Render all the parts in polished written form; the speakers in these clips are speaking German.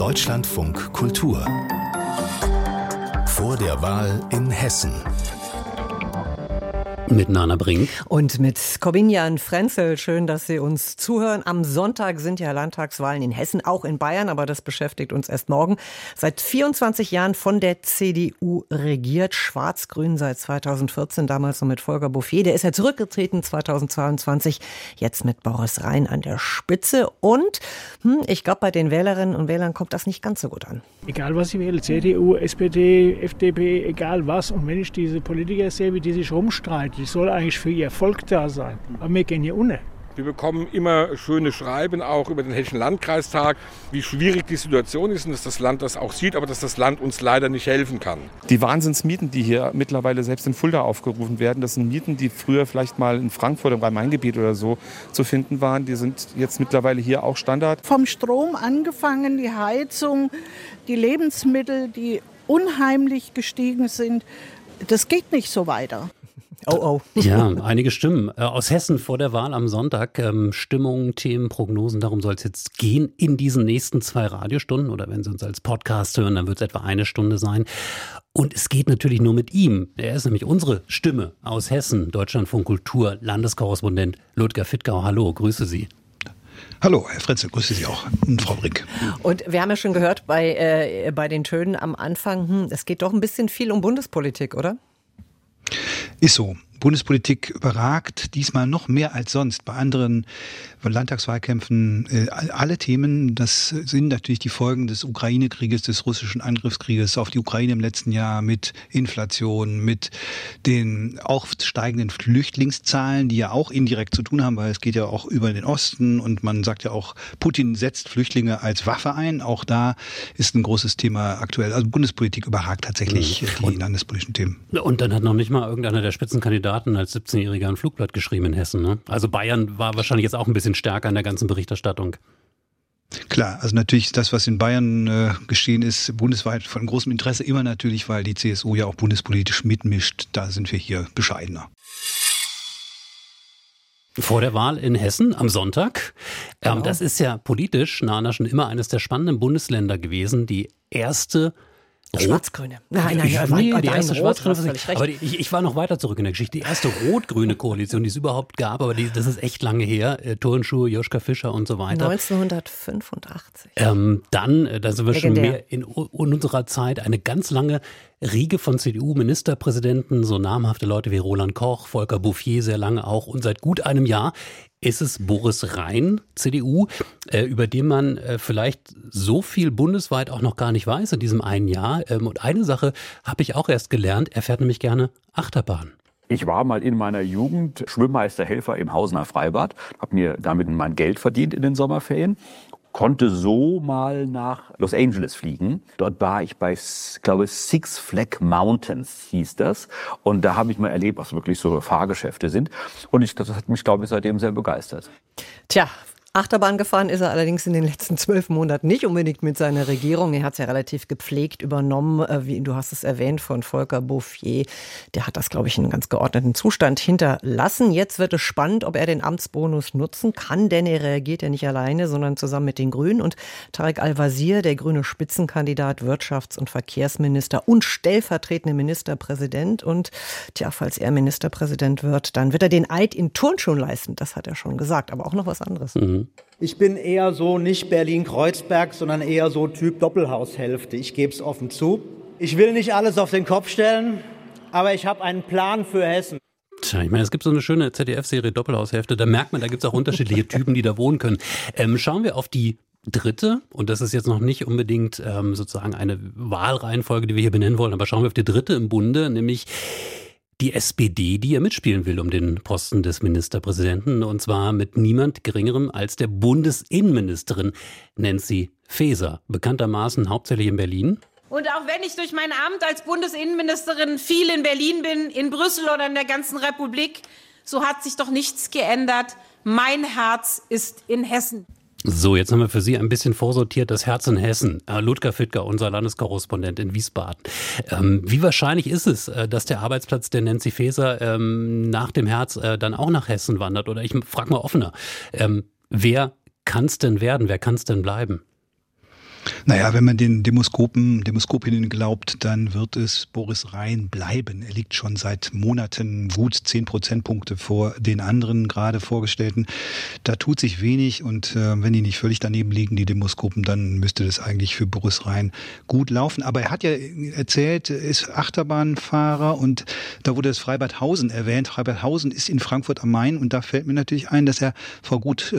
Deutschlandfunk Kultur. Vor der Wahl in Hessen. Mit Nana Brink. Und mit Corbinian Frenzel. Schön, dass Sie uns zuhören. Am Sonntag sind ja Landtagswahlen in Hessen, auch in Bayern, aber das beschäftigt uns erst morgen. Seit 24 Jahren von der CDU regiert, Schwarz-Grün seit 2014, damals noch mit Volker Bouffier. Der ist ja zurückgetreten 2022, jetzt mit Boris Rhein an der Spitze. Und ich glaube, bei den Wählerinnen und Wählern kommt das nicht ganz so gut an. Egal was ich wähle, CDU, SPD, FDP, egal was. Und wenn ich diese Politiker sehe, wie die sich rumstreiten, die soll eigentlich für ihr Volk da sein. Aber wir gehen hier unten. Wir bekommen immer schöne Schreiben, auch über den Hessischen Landkreistag, wie schwierig die Situation ist und dass das Land das auch sieht, aber dass das Land uns leider nicht helfen kann. Die Wahnsinnsmieten, die hier mittlerweile selbst in Fulda aufgerufen werden, das sind Mieten, die früher vielleicht mal in Frankfurt im Rhein-Main-Gebiet oder so zu finden waren. Die sind jetzt mittlerweile hier auch Standard. Vom Strom angefangen, die Heizung, die Lebensmittel, die unheimlich gestiegen sind. Das geht nicht so weiter. Oh. Ja, einige Stimmen aus Hessen vor der Wahl am Sonntag. Stimmungen, Themen, Prognosen, darum soll es jetzt gehen in diesen nächsten 2 Radiostunden. Oder wenn Sie uns als Podcast hören, dann wird es etwa 1 Stunde sein. Und es geht natürlich nur mit ihm. Er ist nämlich unsere Stimme aus Hessen, Deutschlandfunk Kultur, Landeskorrespondent Ludger Fittgau. Hallo, grüße Sie. Hallo, Herr Frenzel, grüße Sie auch und Frau Brink. Und wir haben ja schon gehört bei den Tönen am Anfang, es geht doch ein bisschen viel um Bundespolitik, oder? Ist so. Bundespolitik überragt diesmal noch mehr als sonst. Bei anderen Landtagswahlkämpfen alle Themen, das sind natürlich die Folgen des Ukraine-Krieges, des russischen Angriffskrieges auf die Ukraine im letzten Jahr mit Inflation, mit den auch steigenden Flüchtlingszahlen, die ja auch indirekt zu tun haben, weil es geht ja auch über den Osten und man sagt ja auch, Putin setzt Flüchtlinge als Waffe ein. Auch da ist ein großes Thema aktuell. Also Bundespolitik überragt tatsächlich die landespolitischen Themen. Und dann hat noch nicht mal irgendeiner der Spitzenkandidaten als 17-Jähriger ein Flugblatt geschrieben in Hessen. Ne? Also Bayern war wahrscheinlich jetzt auch ein bisschen stärker in der ganzen Berichterstattung. Klar, also natürlich das, was in Bayern geschehen ist, bundesweit von großem Interesse, immer natürlich, weil die CSU ja auch bundespolitisch mitmischt. Da sind wir hier bescheidener. Vor der Wahl in Hessen am Sonntag. Genau. Das ist ja politisch, Nana, schon immer eines der spannenden Bundesländer gewesen. Die erste Schwarz-Grüne. Nein, die erste Schwarz-Grüne. Aber ich war noch weiter zurück in der Geschichte. Die erste rot-grüne Koalition, die es überhaupt gab, aber das ist echt lange her. Turnschuh, Joschka Fischer und so weiter. 1985. Dann da sind wir schon mehr in unserer Zeit, eine ganz lange Riege von CDU-Ministerpräsidenten, so namhafte Leute wie Roland Koch, Volker Bouffier sehr lange auch. Und seit gut einem Jahr ist es Boris Rhein, CDU, über den man vielleicht so viel bundesweit auch noch gar nicht weiß in diesem einen Jahr. Und eine Sache habe ich auch erst gelernt, er fährt nämlich gerne Achterbahn. Ich war mal in meiner Jugend Schwimmmeisterhelfer im Hausener Freibad, habe mir damit mein Geld verdient in den Sommerferien. Konnte so mal nach Los Angeles fliegen. Dort war ich bei, glaube ich, Six Flag Mountains hieß das. Und da habe ich mal erlebt, was wirklich so Fahrgeschäfte sind. Und das hat mich, glaube ich, seitdem sehr begeistert. Tja, Achterbahn gefahren ist er allerdings in den letzten 12 Monaten nicht unbedingt mit seiner Regierung. Er hat es ja relativ gepflegt übernommen, wie du hast es erwähnt, von Volker Bouffier. Der hat das, glaube ich, in einem ganz geordneten Zustand hinterlassen. Jetzt wird es spannend, ob er den Amtsbonus nutzen kann, denn er reagiert ja nicht alleine, sondern zusammen mit den Grünen. Und Tarek Al-Wazir, der grüne Spitzenkandidat, Wirtschafts- und Verkehrsminister und stellvertretende Ministerpräsident. Und tja, falls er Ministerpräsident wird, dann wird er den Eid in Turnschuhen leisten. Das hat er schon gesagt, aber auch noch was anderes. Ich bin eher so nicht Berlin-Kreuzberg, sondern eher so Typ Doppelhaushälfte. Ich gebe es offen zu. Ich will nicht alles auf den Kopf stellen, aber ich habe einen Plan für Hessen. Tja, ich meine, es gibt so eine schöne ZDF-Serie Doppelhaushälfte. Da merkt man, da gibt es auch unterschiedliche Typen, die da wohnen können. Schauen wir auf die dritte, und das ist jetzt noch nicht unbedingt sozusagen eine Wahlreihenfolge, die wir hier benennen wollen, aber schauen wir auf die dritte im Bunde, nämlich die SPD, die ja mitspielen will um den Posten des Ministerpräsidenten, und zwar mit niemand Geringerem als der Bundesinnenministerin Nancy Faeser, bekanntermaßen hauptsächlich in Berlin. Und auch wenn ich durch mein Amt als Bundesinnenministerin viel in Berlin bin, in Brüssel oder in der ganzen Republik, so hat sich doch nichts geändert. Mein Herz ist in Hessen. So, jetzt haben wir für Sie ein bisschen vorsortiert das Herz in Hessen. Ludger Fittgau, unser Landeskorrespondent in Wiesbaden. Wie wahrscheinlich ist es, dass der Arbeitsplatz der Nancy Faeser nach dem Herz dann auch nach Hessen wandert? Oder ich frage mal offener, wer kann es denn werden? Wer kann es denn bleiben? Naja, wenn man den Demoskopinnen glaubt, dann wird es Boris Rhein bleiben. Er liegt schon seit Monaten gut 10 Prozentpunkte vor den anderen gerade Vorgestellten. Da tut sich wenig und wenn die nicht völlig daneben liegen, die Demoskopen, dann müsste das eigentlich für Boris Rhein gut laufen. Aber er hat ja erzählt, er ist Achterbahnfahrer und da wurde das Freibad Hausen erwähnt. Freibad Hausen ist in Frankfurt am Main und da fällt mir natürlich ein, dass er vor gut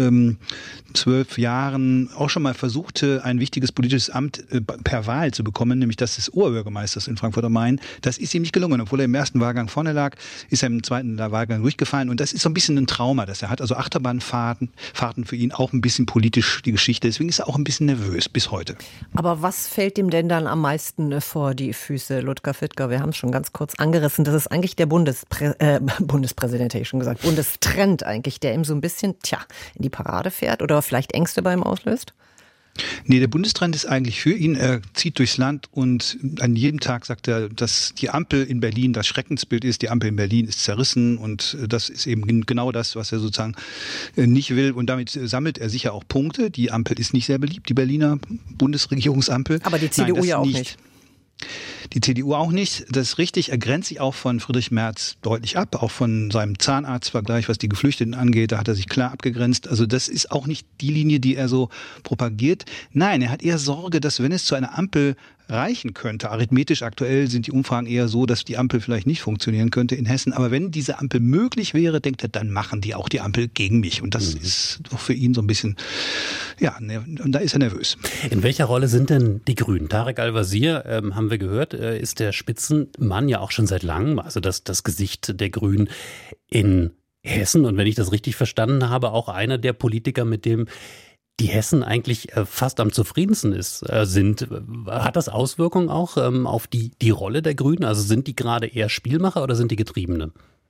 12 Jahren auch schon mal versuchte, ein wichtiges politisches Amt per Wahl zu bekommen, nämlich das des Oberbürgermeisters in Frankfurt am Main. Das ist ihm nicht gelungen. Obwohl er im ersten Wahlgang vorne lag, ist er im zweiten Wahlgang durchgefallen. Und das ist so ein bisschen ein Trauma, das er hat. Also Achterbahnfahrten für ihn auch ein bisschen politisch die Geschichte. Deswegen ist er auch ein bisschen nervös bis heute. Aber was fällt ihm denn dann am meisten vor die Füße, Ludger Fitger? Wir haben es schon ganz kurz angerissen. Das ist eigentlich der Bundespräsident, hätte ich schon gesagt, Bundestrend eigentlich, der ihm so ein bisschen, in die Parade fährt oder vielleicht Ängste bei ihm auslöst? Nee, der Bundestrend ist eigentlich für ihn. Er zieht durchs Land und an jedem Tag sagt er, dass die Ampel in Berlin das Schreckensbild ist. Die Ampel in Berlin ist zerrissen und das ist eben genau das, was er sozusagen nicht will. Und damit sammelt er sicher auch Punkte. Die Ampel ist nicht sehr beliebt, die Berliner Bundesregierungsampel. Aber die CDU ja auch nicht. Die CDU auch nicht, das ist richtig. Er grenzt sich auch von Friedrich Merz deutlich ab, auch von seinem Zahnarztvergleich, was die Geflüchteten angeht. Da hat er sich klar abgegrenzt. Also das ist auch nicht die Linie, die er so propagiert. Nein, er hat eher Sorge, dass wenn es zu einer Ampel reichen könnte, arithmetisch aktuell sind die Umfragen eher so, dass die Ampel vielleicht nicht funktionieren könnte in Hessen. Aber wenn diese Ampel möglich wäre, denkt er, dann machen die auch die Ampel gegen mich. Und das ist doch für ihn so ein bisschen, und da ist er nervös. In welcher Rolle sind denn die Grünen? Tarek Al-Wazir, haben wir gehört, ist der Spitzenmann ja auch schon seit langem, also das Gesicht der Grünen in Hessen. Und wenn ich das richtig verstanden habe, auch einer der Politiker, mit dem die Hessen eigentlich fast am zufriedensten sind. Hat das Auswirkungen auch auf die Rolle der Grünen? Also sind die gerade eher Spielmacher oder sind die Getriebene?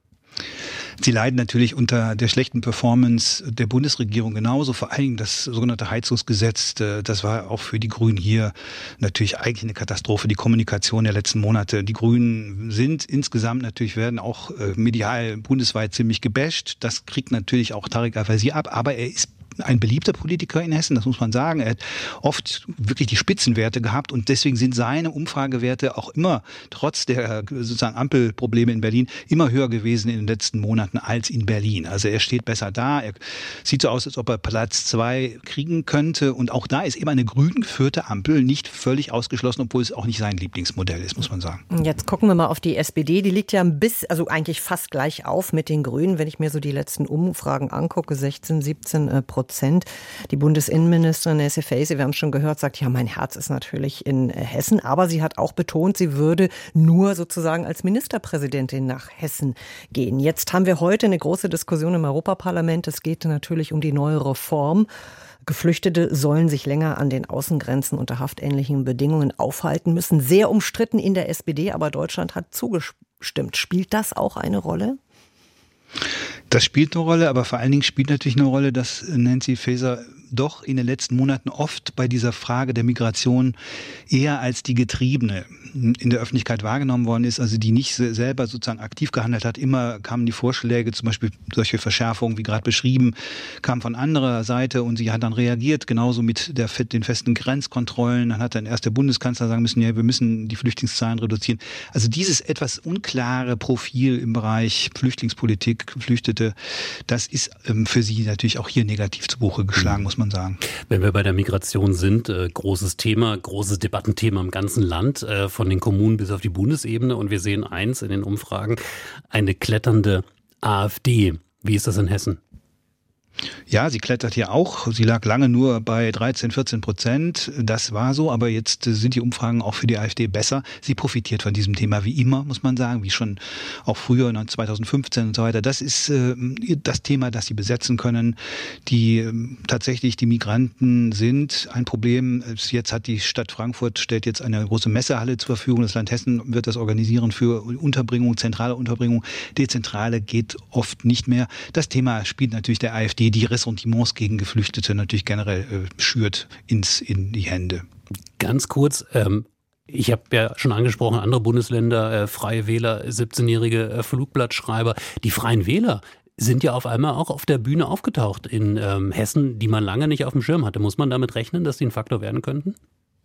Sie leiden natürlich unter der schlechten Performance der Bundesregierung genauso. Vor allem das sogenannte Heizungsgesetz, das war auch für die Grünen hier natürlich eigentlich eine Katastrophe. Die Kommunikation der letzten Monate. Die Grünen sind insgesamt natürlich, werden auch medial bundesweit ziemlich gebasht. Das kriegt natürlich auch Tarek Al-Wazir ab, aber er ist ein beliebter Politiker in Hessen, das muss man sagen. Er hat oft wirklich die Spitzenwerte gehabt und deswegen sind seine Umfragewerte auch immer, trotz der sozusagen Ampelprobleme in Berlin, immer höher gewesen in den letzten Monaten als in Berlin. Also er steht besser da. Er sieht so aus, als ob er Platz 2 kriegen könnte und auch da ist eben eine grün geführte Ampel nicht völlig ausgeschlossen, obwohl es auch nicht sein Lieblingsmodell ist, muss man sagen. Jetzt gucken wir mal auf die SPD. Die liegt ja also eigentlich fast gleich auf mit den Grünen. Wenn ich mir so die letzten Umfragen angucke, 16-17%. Die Bundesinnenministerin Nancy Faeser, wir haben es schon gehört, sagt, ja, mein Herz ist natürlich in Hessen. Aber sie hat auch betont, sie würde nur sozusagen als Ministerpräsidentin nach Hessen gehen. Jetzt haben wir heute eine große Diskussion im Europaparlament. Es geht natürlich um die neue Reform. Geflüchtete sollen sich länger an den Außengrenzen unter haftähnlichen Bedingungen aufhalten müssen. Sehr umstritten in der SPD, aber Deutschland hat zugestimmt. Spielt das auch eine Rolle? Das spielt eine Rolle, aber vor allen Dingen spielt natürlich eine Rolle, dass Nancy Faeser doch in den letzten Monaten oft bei dieser Frage der Migration eher als die Getriebene in der Öffentlichkeit wahrgenommen worden ist, also die nicht selber sozusagen aktiv gehandelt hat. Immer kamen die Vorschläge, zum Beispiel solche Verschärfungen, wie gerade beschrieben, kamen von anderer Seite und sie hat dann reagiert, genauso mit den festen Grenzkontrollen. Dann hat dann erst der Bundeskanzler sagen müssen, ja, wir müssen die Flüchtlingszahlen reduzieren. Also dieses etwas unklare Profil im Bereich Flüchtlingspolitik, Geflüchtete, das ist für sie natürlich auch hier negativ zu Buche geschlagen, muss man sagen. Wenn wir bei der Migration sind, großes Thema, großes Debattenthema im ganzen Land, von den Kommunen bis auf die Bundesebene. Und wir sehen eins in den Umfragen, eine kletternde AfD. Wie ist das in Hessen? Ja, sie klettert hier auch. Sie lag lange nur bei 13-14%. Das war so, aber jetzt sind die Umfragen auch für die AfD besser. Sie profitiert von diesem Thema wie immer, muss man sagen, wie schon auch früher, 2015 und so weiter. Das ist das Thema, das sie besetzen können. Tatsächlich die Migranten sind ein Problem. Jetzt hat die Stadt Frankfurt, stellt jetzt eine große Messehalle zur Verfügung. Das Land Hessen wird das organisieren für Unterbringung, zentrale Unterbringung. Dezentrale geht oft nicht mehr. Das Thema spielt natürlich der AfD, die Ressentiments gegen Geflüchtete natürlich generell schürt in die Hände. Ganz kurz, ich habe ja schon angesprochen, andere Bundesländer, Freie Wähler, 17-jährige Flugblattschreiber. Die Freien Wähler sind ja auf einmal auch auf der Bühne aufgetaucht in Hessen, die man lange nicht auf dem Schirm hatte. Muss man damit rechnen, dass die ein Faktor werden könnten?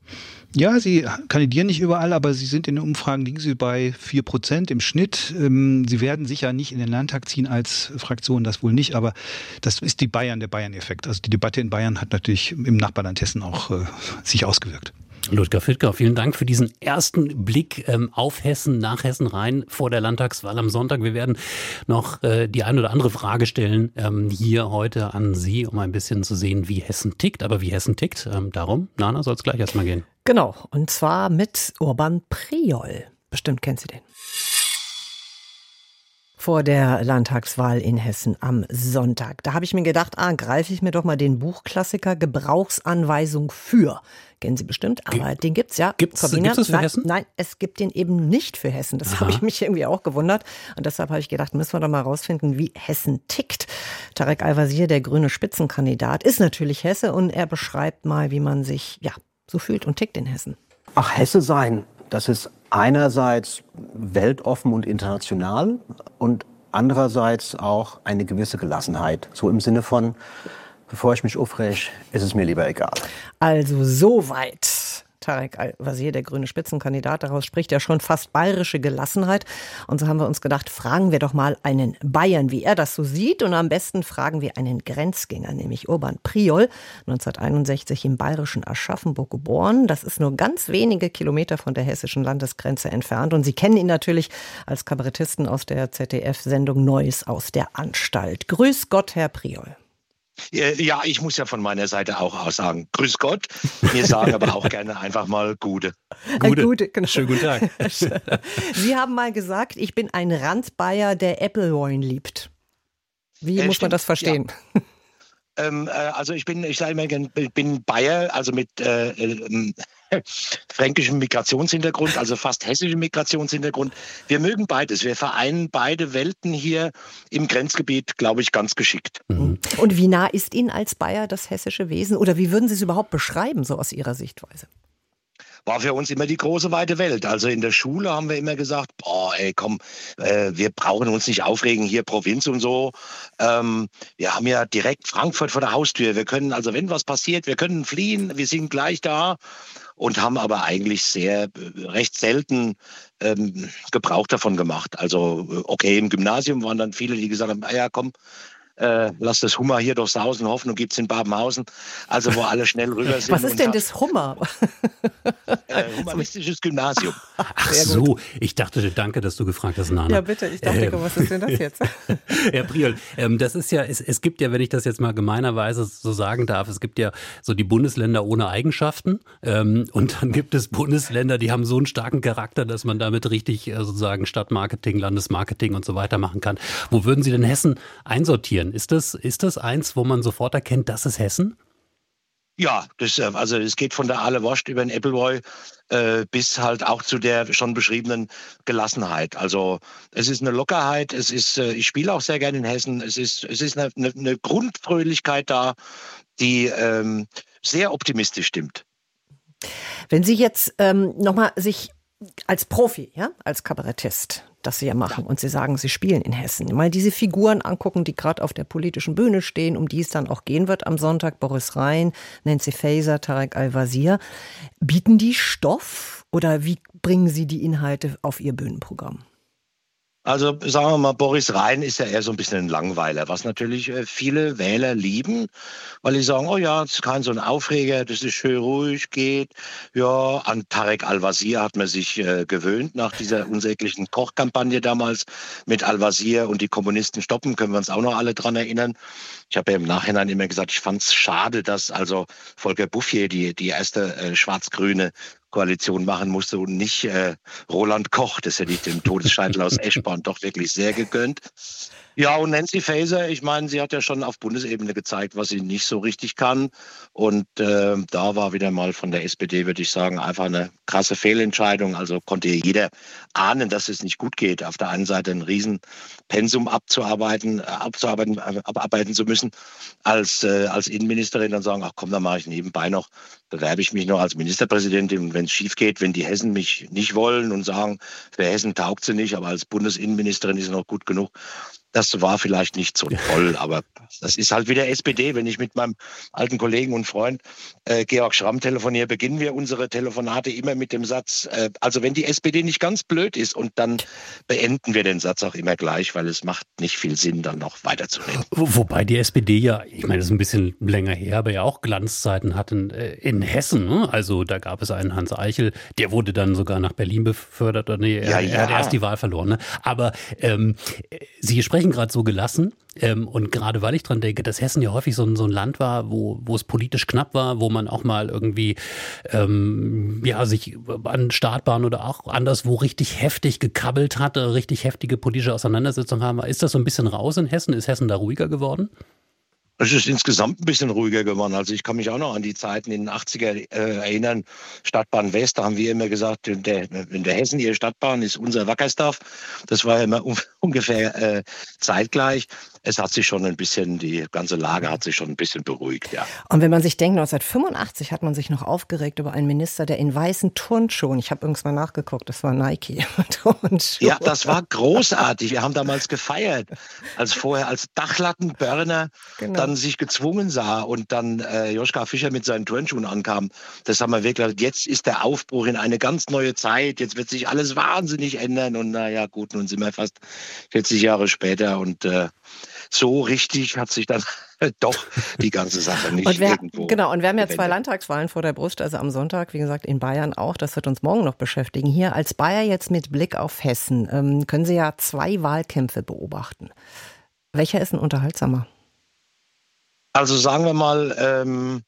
Ja, sie kandidieren nicht überall, aber sie sind in den Umfragen, liegen sie bei 4% im Schnitt. Sie werden sicher nicht in den Landtag ziehen als Fraktion, das wohl nicht, aber das ist der Bayern-Effekt. Also die Debatte in Bayern hat natürlich im Nachbarland Hessen auch sich ausgewirkt. Ludger Fittkau, vielen Dank für diesen ersten Blick auf Hessen, nach Hessen rein vor der Landtagswahl am Sonntag. Wir werden noch die ein oder andere Frage stellen hier heute an Sie, um ein bisschen zu sehen, wie Hessen tickt. Aber wie Hessen tickt, darum, Nana, soll es gleich erstmal gehen. Genau, und zwar mit Urban Priol. Bestimmt kennt Sie den. Vor der Landtagswahl in Hessen am Sonntag. Da habe ich mir gedacht, greife ich mir doch mal den Buchklassiker Gebrauchsanweisung für. Kennen Sie bestimmt, aber den gibt's ja. Gibt's das für Hessen? Nein, es gibt den eben nicht für Hessen. Das habe ich mich irgendwie auch gewundert. Und deshalb habe ich gedacht, müssen wir doch mal rausfinden, wie Hessen tickt. Tarek Al-Wazir, der grüne Spitzenkandidat, ist natürlich Hesse und er beschreibt mal, wie man sich so fühlt und tickt in Hessen. Hesse sein, das ist einerseits weltoffen und international und andererseits auch eine gewisse Gelassenheit. So im Sinne von, bevor ich mich aufreg, ist es mir lieber egal. Also soweit Tarek Al-Wazir, der grüne Spitzenkandidat. Daraus spricht ja schon fast bayerische Gelassenheit. Und so haben wir uns gedacht, fragen wir doch mal einen Bayern, wie er das so sieht. Und am besten fragen wir einen Grenzgänger, nämlich Urban Priol, 1961 im bayerischen Aschaffenburg geboren. Das ist nur ganz wenige Kilometer von der hessischen Landesgrenze entfernt. Und Sie kennen ihn natürlich als Kabarettisten aus der ZDF-Sendung Neues aus der Anstalt. Grüß Gott, Herr Priol. Ja, ich muss ja von meiner Seite auch sagen, grüß Gott. Wir sagen aber auch gerne einfach mal Gude. Gute, genau. Schönen guten Tag. Sie haben mal gesagt, ich bin ein Randbayer, der Appleboy liebt. Wie muss man das verstehen? Ja. Also ich sage immer gerne, ich bin Bayer, also mit fränkischem Migrationshintergrund, also fast hessischem Migrationshintergrund. Wir mögen beides. Wir vereinen beide Welten hier im Grenzgebiet, glaube ich, ganz geschickt. Mhm. Und wie nah ist Ihnen als Bayer das hessische Wesen? Oder wie würden Sie es überhaupt beschreiben, so aus Ihrer Sichtweise? War für uns immer die große weite Welt. Also in der Schule haben wir immer gesagt, wir brauchen uns nicht aufregen, hier Provinz und so. Wir haben ja direkt Frankfurt vor der Haustür. Wir können, also wenn was passiert, wir können fliehen, wir sind gleich da. Und haben aber eigentlich recht selten Gebrauch davon gemacht. Also okay, im Gymnasium waren dann viele, die gesagt haben, lass das Hummer hier doch sausen, Hoffnung gibt's in Babenhausen. Also wo alle schnell rüber sind. Was ist denn das Hummer? Humanistisches Gymnasium. Ach so, ich dachte, danke, dass du gefragt hast, Nana. Ja bitte, ich dachte, was ist denn das jetzt? Herr Priol, das ist ja, es gibt ja, wenn ich das jetzt mal gemeinerweise so sagen darf, es gibt ja so die Bundesländer ohne Eigenschaften und dann gibt es Bundesländer, die haben so einen starken Charakter, dass man damit richtig sozusagen Stadtmarketing, Landesmarketing und so weiter machen kann. Wo würden Sie denn Hessen einsortieren? Ist das eins, wo man sofort erkennt, das ist Hessen? Ja, es geht von der Aale Wurst über den Appleboy bis halt auch zu der schon beschriebenen Gelassenheit. Also es ist eine Lockerheit, ich spiele auch sehr gerne in Hessen, es ist eine Grundfröhlichkeit da, die sehr optimistisch stimmt. Wenn Sie jetzt nochmal sich als Profi, als Kabarettist, das Sie ja machen, und Sie sagen, Sie spielen in Hessen, mal diese Figuren angucken, die gerade auf der politischen Bühne stehen, um die es dann auch gehen wird am Sonntag, Boris Rhein, Nancy Faeser, Tarek Al-Wazir. Bieten die Stoff oder wie bringen Sie die Inhalte auf Ihr Bühnenprogramm? Also sagen wir mal, Boris Rhein ist ja eher so ein bisschen ein Langweiler, was natürlich viele Wähler lieben, weil die sagen, oh ja, das ist kein so ein Aufreger, das ist schön ruhig, geht. Ja, an Tarek Al-Wazir hat man sich gewöhnt nach dieser unsäglichen Kochkampagne damals mit Al-Wazir und die Kommunisten stoppen, können wir uns auch noch alle dran erinnern. Ich habe ja im Nachhinein immer gesagt, ich fand es schade, dass also Volker Bouffier die erste schwarz-grüne Koalition machen musste und nicht Roland Koch, das hätte ich dem Todesscheitel aus Eschborn doch wirklich sehr gegönnt. Ja, und Nancy Faeser, ich meine, sie hat ja schon auf Bundesebene gezeigt, was sie nicht so richtig kann. Und da war wieder mal von der SPD, würde ich sagen, einfach eine krasse Fehlentscheidung. Also konnte jeder ahnen, dass es nicht gut geht, auf der einen Seite ein Riesenpensum abarbeiten zu müssen, als Innenministerin dann sagen, ach komm, dann mache ich nebenbei noch, bewerbe ich mich noch als Ministerpräsidentin. Und wenn es schief geht, wenn die Hessen mich nicht wollen und sagen, für Hessen taugt sie nicht, aber als Bundesinnenministerin ist sie noch gut genug, Das war vielleicht nicht so toll, aber das ist halt wieder SPD. Wenn ich mit meinem alten Kollegen und Freund Georg Schramm telefoniere, beginnen wir unsere Telefonate immer mit dem Satz, also wenn die SPD nicht ganz blöd ist, und dann beenden wir den Satz auch immer gleich, weil es macht nicht viel Sinn, dann noch weiterzureden. Wobei die SPD ja, ich meine, das ist ein bisschen länger her, aber ja auch Glanzzeiten hatten in Hessen. Ne? Also da gab es einen Hans Eichel, der wurde dann sogar nach Berlin befördert. Oder nee, er hat erst die Wahl verloren. Ne? Aber Sie sprechen gerade so gelassen. Und gerade weil ich dran denke, dass Hessen ja häufig so ein Land war, wo es politisch knapp war, wo man auch mal irgendwie sich an Startbahn oder auch anderswo richtig heftig gekabbelt hatte, richtig heftige politische Auseinandersetzungen haben. Ist das so ein bisschen raus in Hessen? Ist Hessen da ruhiger geworden? Es ist insgesamt ein bisschen ruhiger geworden. Also ich kann mich auch noch an die Zeiten in den 80er erinnern. Stadtbahn West, da haben wir immer gesagt, in der Hessen, ihre Stadtbahn ist unser Wackersdorf. Das war ja immer ungefähr zeitgleich. Es hat sich schon ein bisschen, die ganze Lage hat sich schon ein bisschen beruhigt, ja. Und wenn man sich denkt, 1985 hat man sich noch aufgeregt über einen Minister, der in weißen Turnschuhen, ich habe übrigens mal nachgeguckt, das war Nike. Turnschuhe. Ja, das war großartig. Wir haben damals gefeiert, als vorher als Dachlattenburner dann sich gezwungen sah und dann Joschka Fischer mit seinen Turnschuhen ankam. Das haben wir wirklich gesagt, jetzt ist der Aufbruch in eine ganz neue Zeit, jetzt wird sich alles wahnsinnig ändern und naja gut, nun sind wir fast 40 Jahre später und so richtig hat sich dann doch die ganze Sache nicht irgendwo. Genau, und wir haben ja 2 Landtagswahlen vor der Brust, also am Sonntag, wie gesagt, in Bayern auch. Das wird uns morgen noch beschäftigen. Hier als Bayer jetzt mit Blick auf Hessen können Sie ja 2 Wahlkämpfe beobachten. Welcher ist denn unterhaltsamer? Also sagen wir mal,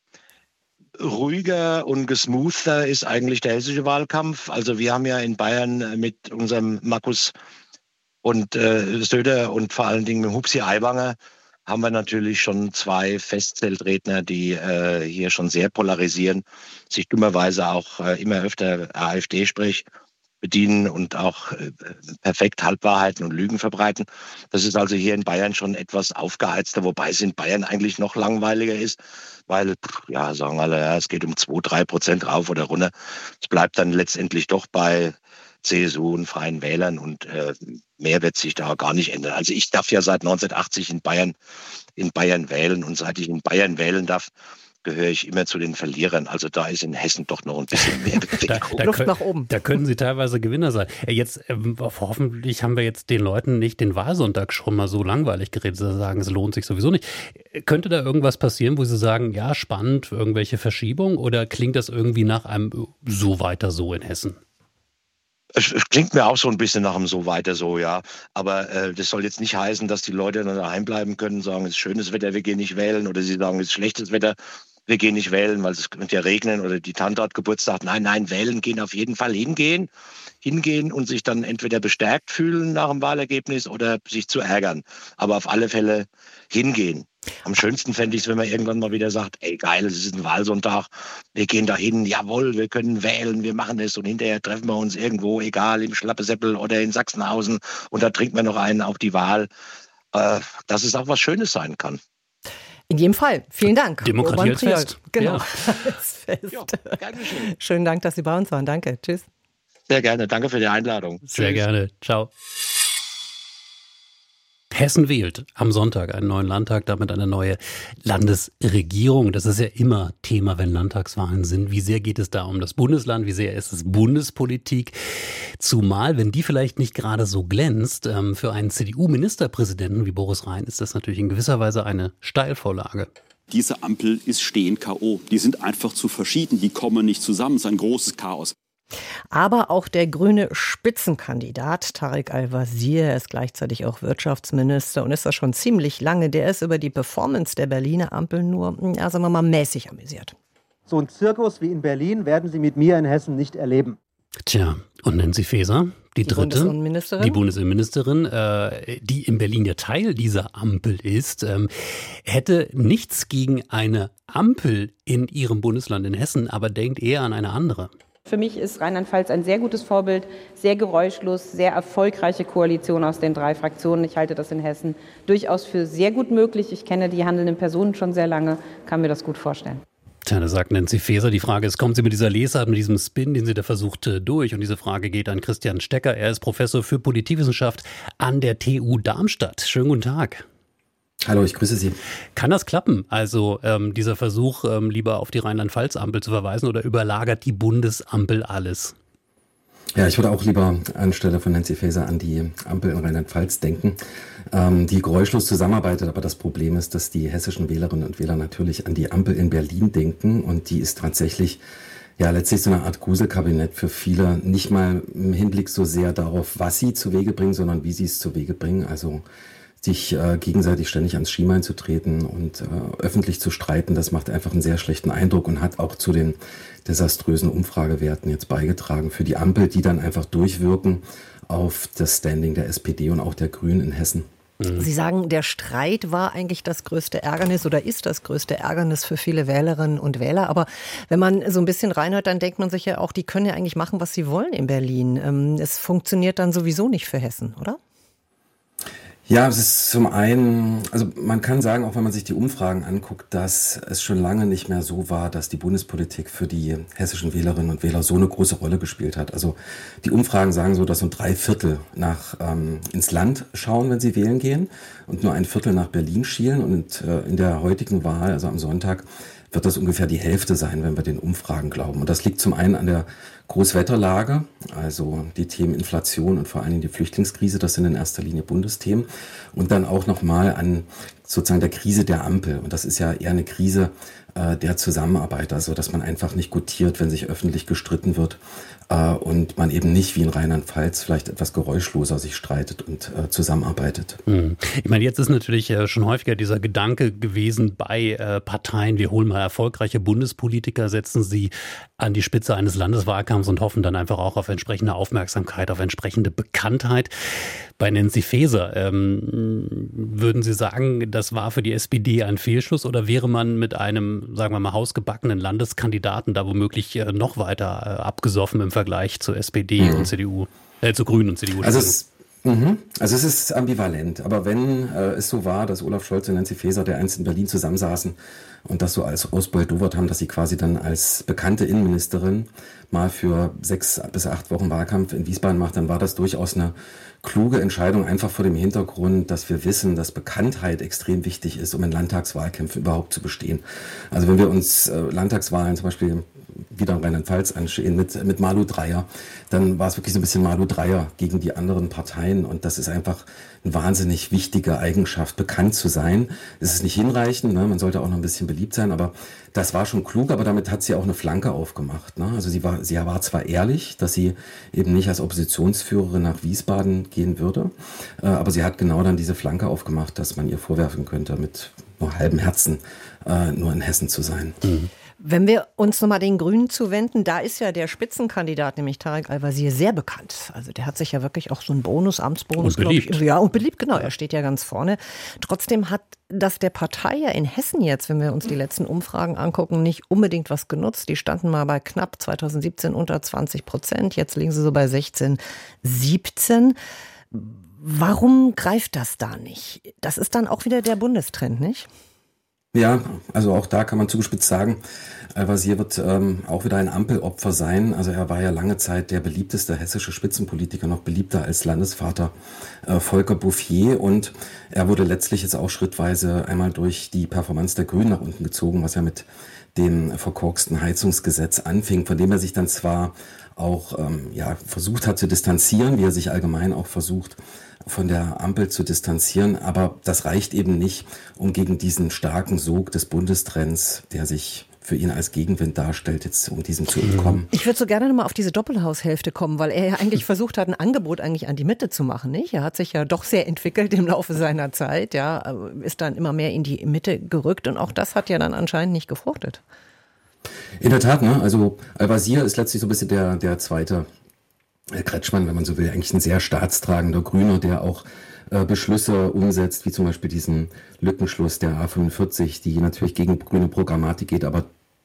ruhiger und gesmoother ist eigentlich der hessische Wahlkampf. Also wir haben ja in Bayern mit unserem Markus und Söder und vor allen Dingen mit Hupsi Aiwanger haben wir natürlich schon 2 Festzeltredner, die hier schon sehr polarisieren, sich dummerweise auch immer öfter AfD-Sprech bedienen und auch perfekt Halbwahrheiten und Lügen verbreiten. Das ist also hier in Bayern schon etwas aufgeheizter, wobei es in Bayern eigentlich noch langweiliger ist, weil, ja, sagen alle, ja, es geht um 2-3% rauf oder runter. Es bleibt dann letztendlich doch bei CSU und Freien Wählern und mehr wird sich da gar nicht ändern. Also ich darf ja seit 1980 in Bayern wählen und seit ich in Bayern wählen darf, gehöre ich immer zu den Verlierern. Also da ist in Hessen doch noch ein bisschen mehr Bewegung. Luft nach oben. Da können Sie teilweise Gewinner sein. Jetzt hoffentlich haben wir jetzt den Leuten nicht den Wahlsonntag schon mal so langweilig geredet, dass sie sagen, es lohnt sich sowieso nicht. Könnte da irgendwas passieren, wo Sie sagen, ja, spannend, irgendwelche Verschiebungen, oder klingt das irgendwie nach einem so weiter so in Hessen? Es klingt mir auch so ein bisschen nach einem so weiter so, ja. Aber das soll jetzt nicht heißen, dass die Leute dann daheim bleiben können, sagen, es ist schönes Wetter, wir gehen nicht wählen. Oder sie sagen, es ist schlechtes Wetter, wir gehen nicht wählen, weil es könnte ja regnen. Oder die Tante hat Geburtstag. Nein, wählen gehen auf jeden Fall hingehen und sich dann entweder bestärkt fühlen nach dem Wahlergebnis oder sich zu ärgern. Aber auf alle Fälle hingehen. Am schönsten fände ich es, wenn man irgendwann mal wieder sagt, ey geil, es ist ein Wahlsonntag, wir gehen da hin, jawohl, wir können wählen, wir machen es und hinterher treffen wir uns irgendwo, egal, im Schlappeseppel oder in Sachsenhausen und da trinken wir noch einen auf die Wahl, dass es auch was Schönes sein kann. In jedem Fall. Vielen Dank. Demokratie als Fest. Genau. Ja. Als Fest. Ja, gerne schön. Schönen Dank, dass Sie bei uns waren. Danke. Tschüss. Sehr gerne. Danke für die Einladung. Sehr gerne. Ciao. Hessen wählt am Sonntag einen neuen Landtag, damit eine neue Landesregierung. Das ist ja immer Thema, wenn Landtagswahlen sind. Wie sehr geht es da um das Bundesland? Wie sehr ist es Bundespolitik? Zumal, wenn die vielleicht nicht gerade so glänzt, für einen CDU-Ministerpräsidenten wie Boris Rhein ist das natürlich in gewisser Weise eine Steilvorlage. Diese Ampel ist stehend K.O. Die sind einfach zu verschieden. Die kommen nicht zusammen. Es ist ein großes Chaos. Aber auch der grüne Spitzenkandidat Tarek Al-Wazir, er ist gleichzeitig auch Wirtschaftsminister und ist das schon ziemlich lange. Der ist über die Performance der Berliner Ampel nur, ja, sagen wir mal, mäßig amüsiert. So ein Zirkus wie in Berlin werden Sie mit mir in Hessen nicht erleben. Tja, und Nancy Faeser, die dritte, Bundesinnenministerin. die Bundesinnenministerin, die in Berlin ja Teil dieser Ampel ist, hätte nichts gegen eine Ampel in ihrem Bundesland in Hessen, aber denkt eher an eine andere. Für mich ist Rheinland-Pfalz ein sehr gutes Vorbild, sehr geräuschlos, sehr erfolgreiche Koalition aus den 3 Fraktionen. Ich halte das in Hessen durchaus für sehr gut möglich. Ich kenne die handelnden Personen schon sehr lange, kann mir das gut vorstellen. Tja, da sagt Nancy Faeser, die Frage ist, kommt sie mit dieser Lesart, mit diesem Spin, den sie da versucht, durch? Und diese Frage geht an Christian Stecker. Er ist Professor für Politikwissenschaft an der TU Darmstadt. Schönen guten Tag. Hallo, ich grüße Sie. Kann das klappen? Also dieser Versuch, lieber auf die Rheinland-Pfalz-Ampel zu verweisen, oder überlagert die Bundesampel alles? Ja, ich würde auch lieber anstelle von Nancy Faeser an die Ampel in Rheinland-Pfalz denken, die geräuschlos zusammenarbeitet. Aber das Problem ist, dass die hessischen Wählerinnen und Wähler natürlich an die Ampel in Berlin denken. Und die ist tatsächlich ja letztlich so eine Art Gruselkabinett für viele. Nicht mal im Hinblick so sehr darauf, was sie zu Wege bringen, sondern wie sie es zu Wege bringen. Also sich gegenseitig ständig ans Schienbein zu treten und öffentlich zu streiten, das macht einfach einen sehr schlechten Eindruck und hat auch zu den desaströsen Umfragewerten jetzt beigetragen für die Ampel, die dann einfach durchwirken auf das Standing der SPD und auch der Grünen in Hessen. Sie sagen, der Streit war eigentlich das größte Ärgernis oder ist das größte Ärgernis für viele Wählerinnen und Wähler. Aber wenn man so ein bisschen reinhört, dann denkt man sich ja auch, die können ja eigentlich machen, was sie wollen in Berlin. Es funktioniert dann sowieso nicht für Hessen, oder? Ja, es ist zum einen, also man kann sagen, auch wenn man sich die Umfragen anguckt, dass es schon lange nicht mehr so war, dass die Bundespolitik für die hessischen Wählerinnen und Wähler so eine große Rolle gespielt hat. Also die Umfragen sagen so, dass so 3/4 ins Land schauen, wenn sie wählen gehen, und nur 1/4 nach Berlin schielen. Und in der heutigen Wahl, also am Sonntag, wird das ungefähr die Hälfte sein, wenn wir den Umfragen glauben. Und das liegt zum einen an der Großwetterlage, also die Themen Inflation und vor allen Dingen die Flüchtlingskrise, das sind in erster Linie Bundesthemen. Und dann auch nochmal an sozusagen der Krise der Ampel. Und das ist ja eher eine Krise der Zusammenarbeit, also dass man einfach nicht gutiert, wenn sich öffentlich gestritten wird und man eben nicht wie in Rheinland-Pfalz vielleicht etwas geräuschloser sich streitet und zusammenarbeitet. Ich meine, jetzt ist natürlich schon häufiger dieser Gedanke gewesen bei Parteien, wir holen mal erfolgreiche Bundespolitiker, setzen sie an die Spitze eines Landeswahlkampfs und hoffen dann einfach auch auf entsprechende Aufmerksamkeit, auf entsprechende Bekanntheit. Bei Nancy Faeser, würden Sie sagen, das war für die SPD ein Fehlschluss, oder wäre man mit einem, sagen wir mal, hausgebackenen Landeskandidaten da womöglich noch weiter abgesoffen im Vergleich zur SPD und CDU, zu Grünen und CDU? Also es ist ambivalent, aber wenn es so war, dass Olaf Scholz und Nancy Faeser dereinst in Berlin zusammensaßen und das so als ausbeutowert haben, dass sie quasi dann als bekannte Innenministerin mal für 6 bis 8 Wochen Wahlkampf in Wiesbaden macht, dann war das durchaus eine kluge Entscheidung, einfach vor dem Hintergrund, dass wir wissen, dass Bekanntheit extrem wichtig ist, um in Landtagswahlkämpfen überhaupt zu bestehen. Also wenn wir uns Landtagswahlen zum Beispiel wieder in Rheinland-Pfalz anschauen mit Malu Dreyer, dann war es wirklich so ein bisschen Malu Dreyer gegen die anderen Parteien, und das ist einfach eine wahnsinnig wichtige Eigenschaft, bekannt zu sein. Es ist nicht hinreichend, ne? Man sollte auch noch ein bisschen beliebt sein, aber das war schon klug, aber damit hat sie auch eine Flanke aufgemacht, ne? Also sie war zwar ehrlich, dass sie eben nicht als Oppositionsführerin nach Wiesbaden gehen würde, aber sie hat genau dann diese Flanke aufgemacht, dass man ihr vorwerfen könnte, mit nur halbem Herzen nur in Hessen zu sein. Wenn wir uns nochmal den Grünen zuwenden, da ist ja der Spitzenkandidat, nämlich Tarek Al-Wazir, sehr bekannt. Also der hat sich ja wirklich auch so einen Amtsbonus, glaube ich. Ja, und beliebt, genau. Er steht ja ganz vorne. Trotzdem hat das der Partei ja in Hessen jetzt, wenn wir uns die letzten Umfragen angucken, nicht unbedingt was genutzt. Die standen mal bei knapp 2017 unter 20%. Jetzt liegen sie so bei 16, 17. Warum greift das da nicht? Das ist dann auch wieder der Bundestrend, nicht? Ja, also auch da kann man zugespitzt sagen, Al-Wazir wird auch wieder ein Ampelopfer sein. Also er war ja lange Zeit der beliebteste hessische Spitzenpolitiker, noch beliebter als Landesvater Volker Bouffier, und er wurde letztlich jetzt auch schrittweise einmal durch die Performance der Grünen nach unten gezogen, was ja mit dem verkorksten Heizungsgesetz anfing, von dem er sich dann zwar auch versucht hat zu distanzieren, wie er sich allgemein auch versucht, von der Ampel zu distanzieren, aber das reicht eben nicht, um gegen diesen starken Sog des Bundestrends, der sich für ihn als Gegenwind darstellt, jetzt um diesem zu entkommen. Ich würde so gerne nochmal auf diese Doppelhaushälfte kommen, weil er ja eigentlich versucht hat, ein Angebot eigentlich an die Mitte zu machen, nicht? Er hat sich ja doch sehr entwickelt im Laufe seiner Zeit, ja, ist dann immer mehr in die Mitte gerückt, und auch das hat ja dann anscheinend nicht gefruchtet. In der Tat, ne? Also Al-Wazir ist letztlich so ein bisschen der zweite Kretschmann, wenn man so will, eigentlich ein sehr staatstragender Grüner, der auch Beschlüsse umsetzt, wie zum Beispiel diesen Lückenschluss der A45, die natürlich gegen grüne Programmatik geht, aber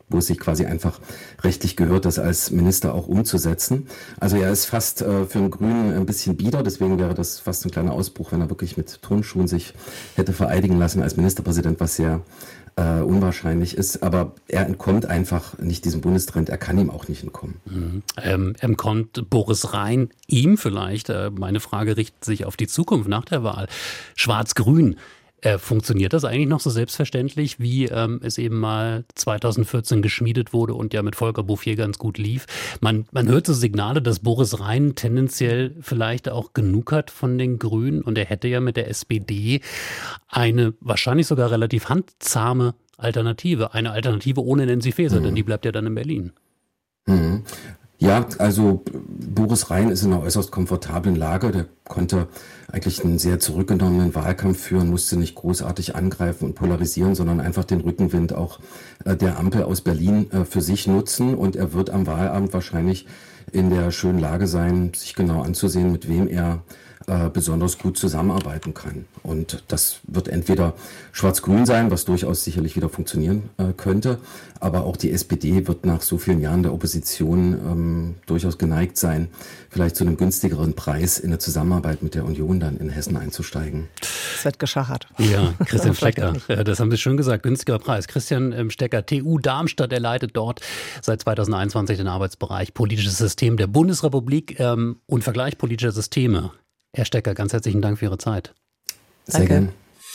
wo es sich quasi einfach rechtlich gehört, das als Minister auch umzusetzen. Also er ist fast für einen Grünen ein bisschen bieder, deswegen wäre das fast ein kleiner Ausbruch, wenn er wirklich mit Turnschuhen sich hätte vereidigen lassen als Ministerpräsident, was sehr unwahrscheinlich ist. Aber er entkommt einfach nicht diesem Bundestrend, er kann ihm auch nicht entkommen. Entkommt Boris Rhein ihm vielleicht? Meine Frage richtet sich auf die Zukunft nach der Wahl. Schwarz-Grün. Funktioniert das eigentlich noch so selbstverständlich, wie es eben mal 2014 geschmiedet wurde und ja mit Volker Bouffier ganz gut lief? Man hört so Signale, dass Boris Rhein tendenziell vielleicht auch genug hat von den Grünen und er hätte ja mit der SPD eine wahrscheinlich sogar relativ handzahme Alternative. Eine Alternative ohne Nancy Faeser, denn die bleibt ja dann in Berlin. Ja, also Boris Rhein ist in einer äußerst komfortablen Lage. Der konnte eigentlich einen sehr zurückgenommenen Wahlkampf führen, musste nicht großartig angreifen und polarisieren, sondern einfach den Rückenwind auch der Ampel aus Berlin für sich nutzen. Und er wird am Wahlabend wahrscheinlich in der schönen Lage sein, sich genau anzusehen, mit wem er besonders gut zusammenarbeiten kann. Und das wird entweder schwarz-grün sein, was durchaus sicherlich wieder funktionieren könnte, aber auch die SPD wird nach so vielen Jahren der Opposition durchaus geneigt sein, vielleicht zu einem günstigeren Preis in eine Zusammenarbeit mit der Union dann in Hessen einzusteigen. Es wird geschachert. Ja, Christian Stecker, das haben Sie schön gesagt, günstiger Preis. Christian Stecker, TU Darmstadt, er leitet dort seit 2021 den Arbeitsbereich Politisches System der Bundesrepublik und Vergleich politischer Systeme. Herr Stecker, ganz herzlichen Dank für Ihre Zeit. Sehr gerne.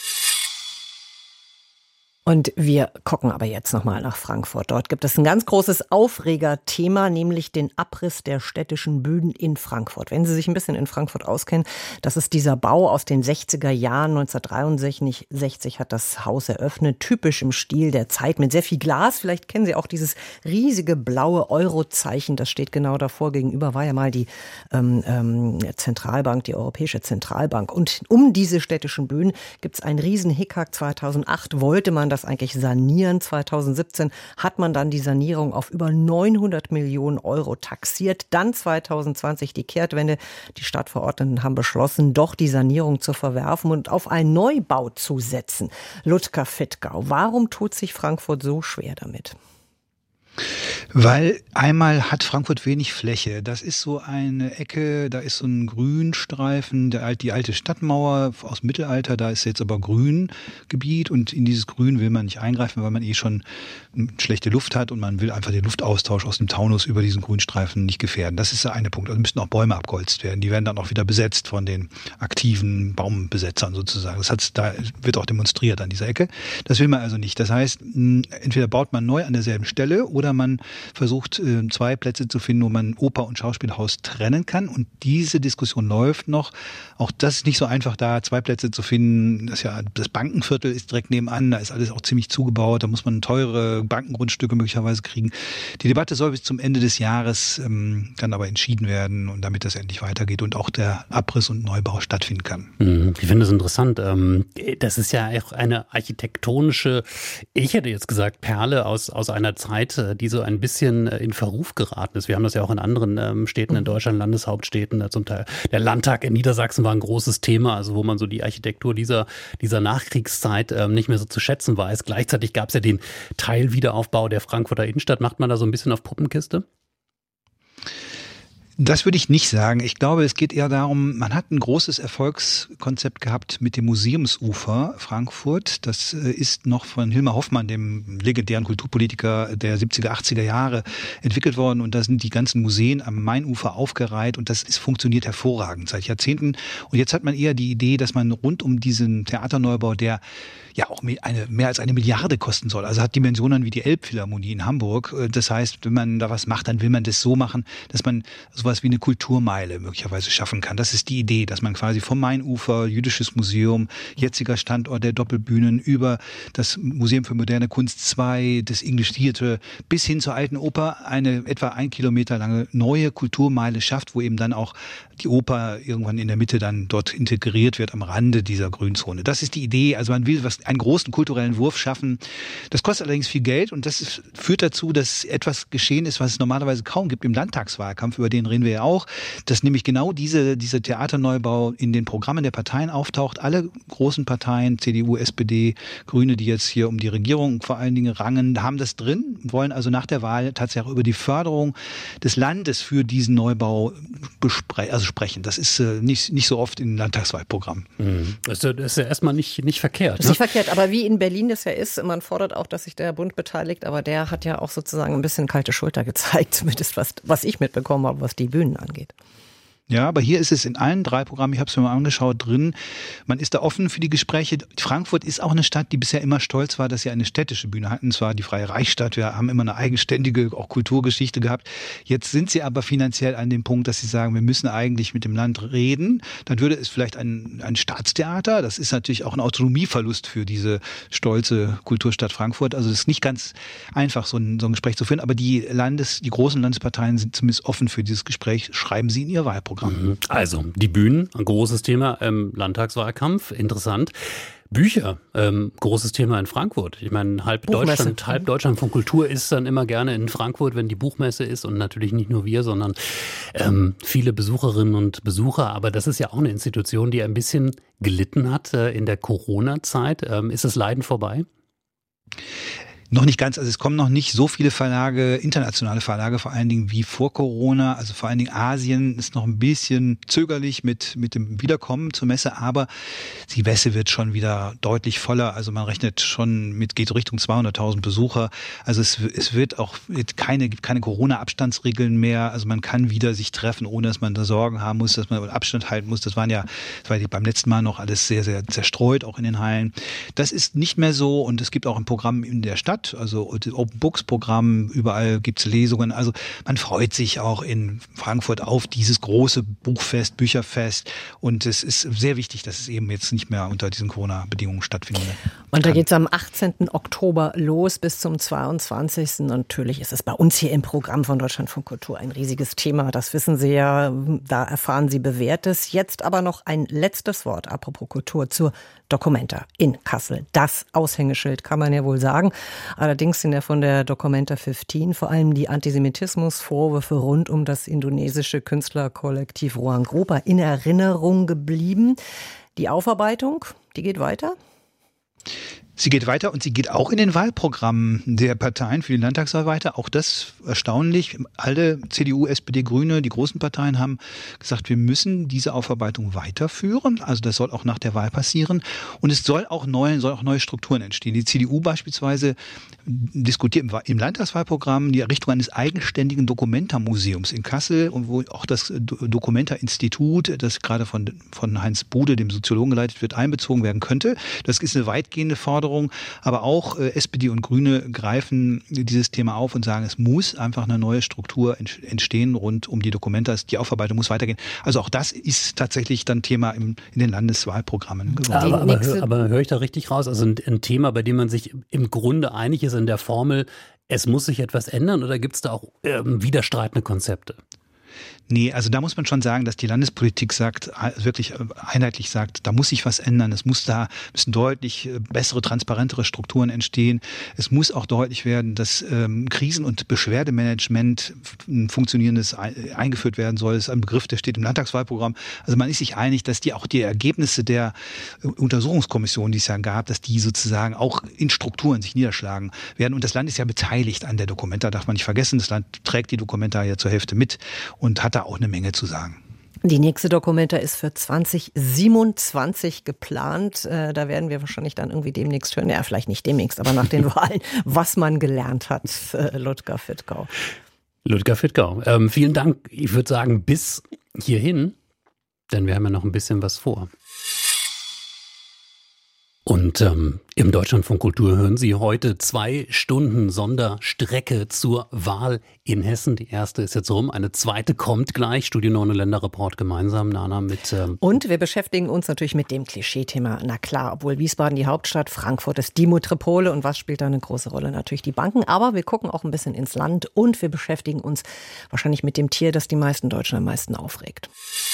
Und wir gucken aber jetzt nochmal nach Frankfurt. Dort gibt es ein ganz großes Aufregerthema, nämlich den Abriss der städtischen Bühnen in Frankfurt. Wenn Sie sich ein bisschen in Frankfurt auskennen, das ist dieser Bau aus den 60er Jahren. 1963 hat das Haus eröffnet, typisch im Stil der Zeit mit sehr viel Glas. Vielleicht kennen Sie auch dieses riesige blaue Eurozeichen, das steht genau davor. Gegenüber war ja mal die Zentralbank, die Europäische Zentralbank. Und um diese städtischen Bühnen gibt es einen riesen Hickhack. 2008 wollte man das eigentlich sanieren. 2017 hat man dann die Sanierung auf über 900 Millionen Euro taxiert. Dann 2020 die Kehrtwende. Die Stadtverordneten haben beschlossen, doch die Sanierung zu verwerfen und auf einen Neubau zu setzen. Ludger Fittgau, warum tut sich Frankfurt so schwer damit? Weil einmal hat Frankfurt wenig Fläche. Das ist so eine Ecke, da ist so ein Grünstreifen, die alte Stadtmauer aus dem Mittelalter, da ist jetzt aber Grüngebiet und in dieses Grün will man nicht eingreifen, weil man schon schlechte Luft hat und man will einfach den Luftaustausch aus dem Taunus über diesen Grünstreifen nicht gefährden. Das ist der eine Punkt. Also müssten auch Bäume abgeholzt werden. Die werden dann auch wieder besetzt von den aktiven Baumbesetzern sozusagen. Da wird auch demonstriert an dieser Ecke. Das will man also nicht. Das heißt, entweder baut man neu an derselben Stelle oder man versucht, zwei Plätze zu finden, wo man Oper und Schauspielhaus trennen kann. Und diese Diskussion läuft noch. Auch das ist nicht so einfach, da zwei Plätze zu finden. Das Bankenviertel ist direkt nebenan. Da ist alles auch ziemlich zugebaut. Da muss man teure Bankengrundstücke möglicherweise kriegen. Die Debatte soll bis zum Ende des Jahres dann aber entschieden werden und damit das endlich weitergeht und auch der Abriss und Neubau stattfinden kann. Ich finde das interessant. Das ist ja auch eine architektonische, ich hätte jetzt gesagt, Perle aus einer Zeit, die so ein bisschen in Verruf geraten ist. Wir haben das ja auch in anderen Städten in Deutschland, Landeshauptstädten, zum Teil. Der Landtag in Niedersachsen war ein großes Thema, also wo man so die Architektur dieser Nachkriegszeit nicht mehr so zu schätzen weiß. Gleichzeitig gab es ja den Teilwiederaufbau der Frankfurter Innenstadt. Macht man da so ein bisschen auf Puppenkiste? Das würde ich nicht sagen. Ich glaube, es geht eher darum, man hat ein großes Erfolgskonzept gehabt mit dem Museumsufer Frankfurt. Das ist noch von Hilmar Hoffmann, dem legendären Kulturpolitiker der 70er, 80er Jahre, entwickelt worden. Und da sind die ganzen Museen am Mainufer aufgereiht. Und das funktioniert hervorragend seit Jahrzehnten. Und jetzt hat man eher die Idee, dass man rund um diesen Theaterneubau, der ja auch mehr als 1 Milliarde kosten soll. Also hat Dimensionen wie die Elbphilharmonie in Hamburg. Das heißt, wenn man da was macht, dann will man das so machen, dass man sowas wie eine Kulturmeile möglicherweise schaffen kann. Das ist die Idee, dass man quasi vom Mainufer, Jüdisches Museum, jetziger Standort der Doppelbühnen, über das Museum für moderne Kunst 2, das English Theatre, bis hin zur Alten Oper eine etwa 1 Kilometer lange neue Kulturmeile schafft, wo eben dann auch die Oper irgendwann in der Mitte dann dort integriert wird am Rande dieser Grünzone. Das ist die Idee. Also man will einen großen kulturellen Wurf schaffen. Das kostet allerdings viel Geld und das führt dazu, dass etwas geschehen ist, was es normalerweise kaum gibt im Landtagswahlkampf. Über den reden kennen wir ja auch, dass nämlich genau diese Theaterneubau in den Programmen der Parteien auftaucht. Alle großen Parteien, CDU, SPD, Grüne, die jetzt hier um die Regierung vor allen Dingen rangen, haben das drin und wollen also nach der Wahl tatsächlich auch über die Förderung des Landes für diesen Neubau sprechen. Das ist nicht so oft in Landtagswahlprogrammen. Das ist ja erstmal nicht verkehrt. Das ist nicht verkehrt, aber wie in Berlin das ja ist, man fordert auch, dass sich der Bund beteiligt, aber der hat ja auch sozusagen ein bisschen kalte Schulter gezeigt, zumindest was ich mitbekommen habe, was die Bühnen angeht. Ja, aber hier ist es in allen 3 Programmen, ich habe es mir mal angeschaut, drin. Man ist da offen für die Gespräche. Frankfurt ist auch eine Stadt, die bisher immer stolz war, dass sie eine städtische Bühne hatten. Zwar die Freie Reichsstadt, wir haben immer eine eigenständige auch Kulturgeschichte gehabt. Jetzt sind sie aber finanziell an dem Punkt, dass sie sagen, wir müssen eigentlich mit dem Land reden. Dann würde es vielleicht ein Staatstheater, das ist natürlich auch ein Autonomieverlust für diese stolze Kulturstadt Frankfurt. Also es ist nicht ganz einfach, so ein Gespräch zu führen, aber die großen Landesparteien sind zumindest offen für dieses Gespräch, schreiben sie in ihr Wahlprogramm. Also, die Bühnen, ein großes Thema im Landtagswahlkampf, interessant. Bücher, großes Thema in Frankfurt. Ich meine, halb Deutschland von Kultur ist dann immer gerne in Frankfurt, wenn die Buchmesse ist und natürlich nicht nur wir, sondern viele Besucherinnen und Besucher. Aber das ist ja auch eine Institution, die ein bisschen gelitten hat in der Corona-Zeit. Ist das Leiden vorbei? Noch nicht ganz, also es kommen noch nicht so viele Verlage, internationale Verlage vor allen Dingen wie vor Corona, also vor allen Dingen Asien ist noch ein bisschen zögerlich mit dem Wiederkommen zur Messe, aber die Messe wird schon wieder deutlich voller, also man rechnet schon geht Richtung 200.000 Besucher, also es wird auch gibt keine Corona-Abstandsregeln mehr, also man kann wieder sich treffen, ohne dass man da Sorgen haben muss, dass man Abstand halten muss, das war beim letzten Mal noch alles sehr, sehr zerstreut, auch in den Hallen. Das ist nicht mehr so und es gibt auch ein Programm in der Stadt, also das Open Books Programm, überall gibt's Lesungen. Also man freut sich auch in Frankfurt auf dieses große Buchfest, Bücherfest. Und es ist sehr wichtig, dass es eben jetzt nicht mehr unter diesen Corona-Bedingungen stattfindet. Und da geht's am 18. Oktober los bis zum 22. Natürlich ist es bei uns hier im Programm von Deutschlandfunk Kultur ein riesiges Thema. Das wissen Sie ja, da erfahren Sie Bewährtes. Jetzt aber noch ein letztes Wort, apropos Kultur, zur Documenta in Kassel. Das Aushängeschild kann man ja wohl sagen. Allerdings sind ja von der Documenta 15 vor allem die Antisemitismusvorwürfe rund um das indonesische Künstlerkollektiv Ruang Grupa in Erinnerung geblieben. Die Aufarbeitung, die geht weiter? Sie geht weiter und sie geht auch in den Wahlprogrammen der Parteien für die Landtagswahl weiter. Auch das erstaunlich. Alle CDU, SPD, Grüne, die großen Parteien haben gesagt, wir müssen diese Aufarbeitung weiterführen. Also das soll auch nach der Wahl passieren. Und es soll auch neue Strukturen entstehen. Die CDU beispielsweise diskutiert im Landtagswahlprogramm die Errichtung eines eigenständigen Documenta-Museums in Kassel, und wo auch das Documenta-Institut, das gerade von Heinz Bude, dem Soziologen, geleitet wird, einbezogen werden könnte. Das ist eine weitgehende Forderung. Aber auch SPD und Grüne greifen dieses Thema auf und sagen, es muss einfach eine neue Struktur entstehen rund um die Documenta. Die Aufarbeitung muss weitergehen. Also auch das ist tatsächlich dann Thema in den Landeswahlprogrammen geworden. Aber höre ich da richtig raus? Also ein Thema, bei dem man sich im Grunde einig ist in der Formel, es muss sich etwas ändern, oder gibt es da auch widerstreitende Konzepte? Nee, also da muss man schon sagen, dass die Landespolitik sagt, wirklich einheitlich sagt, da muss sich was ändern. Müssen deutlich bessere, transparentere Strukturen entstehen. Es muss auch deutlich werden, dass Krisen- und Beschwerdemanagement ein funktionierendes eingeführt werden soll. Das ist ein Begriff, der steht im Landtagswahlprogramm. Also man ist sich einig, dass auch die Ergebnisse der Untersuchungskommission, die es ja gab, dass die sozusagen auch in Strukturen sich niederschlagen werden. Und das Land ist ja beteiligt an der Documenta, darf man nicht vergessen. Das Land trägt die Documenta ja zur Hälfte mit und hat da auch eine Menge zu sagen. Die nächste Documenta ist für 2027 geplant. Da werden wir wahrscheinlich dann irgendwie demnächst hören, ja vielleicht nicht demnächst, aber nach den Wahlen, was man gelernt hat. Ludger Fittkau. Ludger Fittkau, vielen Dank. Ich würde sagen, bis hierhin, denn wir haben ja noch ein bisschen was vor. Und im Deutschlandfunk Kultur hören Sie heute 2 Stunden Sonderstrecke zur Wahl in Hessen. Die erste ist jetzt rum, eine zweite kommt gleich. Studio 9 Länder Report gemeinsam, Nana, mit... Und wir beschäftigen uns natürlich mit dem Klischee-Thema. Na klar, obwohl Wiesbaden die Hauptstadt, Frankfurt ist die Metropole. Und was spielt da eine große Rolle? Natürlich die Banken. Aber wir gucken auch ein bisschen ins Land und wir beschäftigen uns wahrscheinlich mit dem Tier, das die meisten Deutschen am meisten aufregt.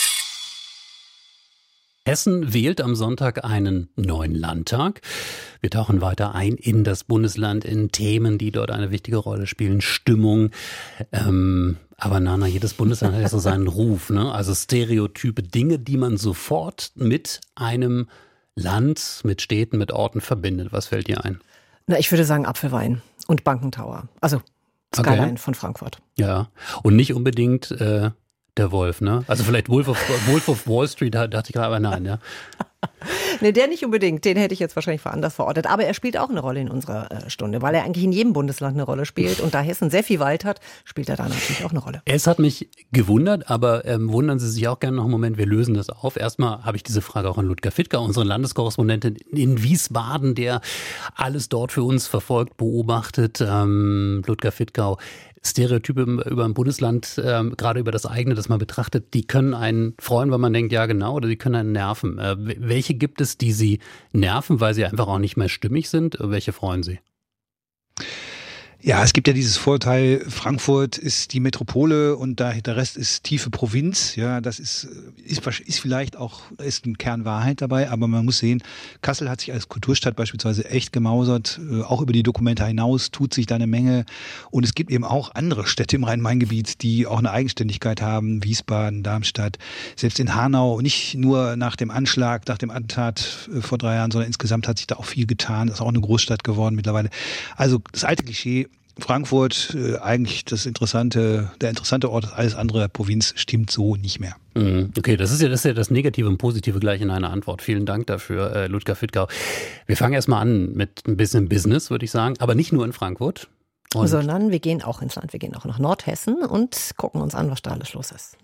Hessen wählt am Sonntag einen neuen Landtag. Wir tauchen weiter ein in das Bundesland, in Themen, die dort eine wichtige Rolle spielen. Stimmung, Aber Nana, jedes Bundesland hat ja so seinen Ruf, ne? Also Stereotype, Dinge, die man sofort mit einem Land, mit Städten, mit Orten verbindet. Was fällt dir ein? Na, ich würde sagen Apfelwein und Bankentower. Also Skyline von Frankfurt. Ja, und nicht unbedingt der Wolf, ne? Also vielleicht Wolf of Wall Street, da dachte ich gerade, aber nein, ja. Nee, der nicht unbedingt. Den hätte ich jetzt wahrscheinlich woanders verortet. Aber er spielt auch eine Rolle in unserer Stunde, weil er eigentlich in jedem Bundesland eine Rolle spielt. Und da Hessen sehr viel Wald hat, spielt er da natürlich auch eine Rolle. Es hat mich gewundert, aber wundern Sie sich auch gerne noch einen Moment, wir lösen das auf. Erstmal habe ich diese Frage auch an Ludger Fittkau, unsere Landeskorrespondentin in Wiesbaden, der alles dort für uns verfolgt, beobachtet. Ludger Fittkau, Stereotype über ein Bundesland, gerade über das eigene, das man betrachtet, die können einen freuen, weil man denkt, ja genau, oder die können einen nerven. Welche gibt es, die Sie nerven, weil sie einfach auch nicht mehr stimmig sind? Welche freuen Sie? Ja, es gibt ja dieses Vorurteil, Frankfurt ist die Metropole und der Rest ist tiefe Provinz. Ja, das ist vielleicht auch, ist ein Kern Wahrheit dabei, aber man muss sehen, Kassel hat sich als Kulturstadt beispielsweise echt gemausert. Auch über die Dokumenta hinaus tut sich da eine Menge. Und es gibt eben auch andere Städte im Rhein-Main-Gebiet, die auch eine Eigenständigkeit haben. Wiesbaden, Darmstadt, selbst in Hanau. Nicht nur nach dem Anschlag, nach dem Attentat vor 3 Jahren, sondern insgesamt hat sich da auch viel getan. Das ist auch eine Großstadt geworden mittlerweile. Also das alte Klischee, Frankfurt, eigentlich der interessante Ort, alles andere Provinz stimmt so nicht mehr. Okay, das ist ja das Negative und Positive gleich in einer Antwort. Vielen Dank dafür, Ludger Fittkau. Wir fangen erstmal an mit ein bisschen Business, würde ich sagen, aber nicht nur in Frankfurt. Sondern wir gehen auch ins Land, wir gehen auch nach Nordhessen und gucken uns an, was da alles los ist.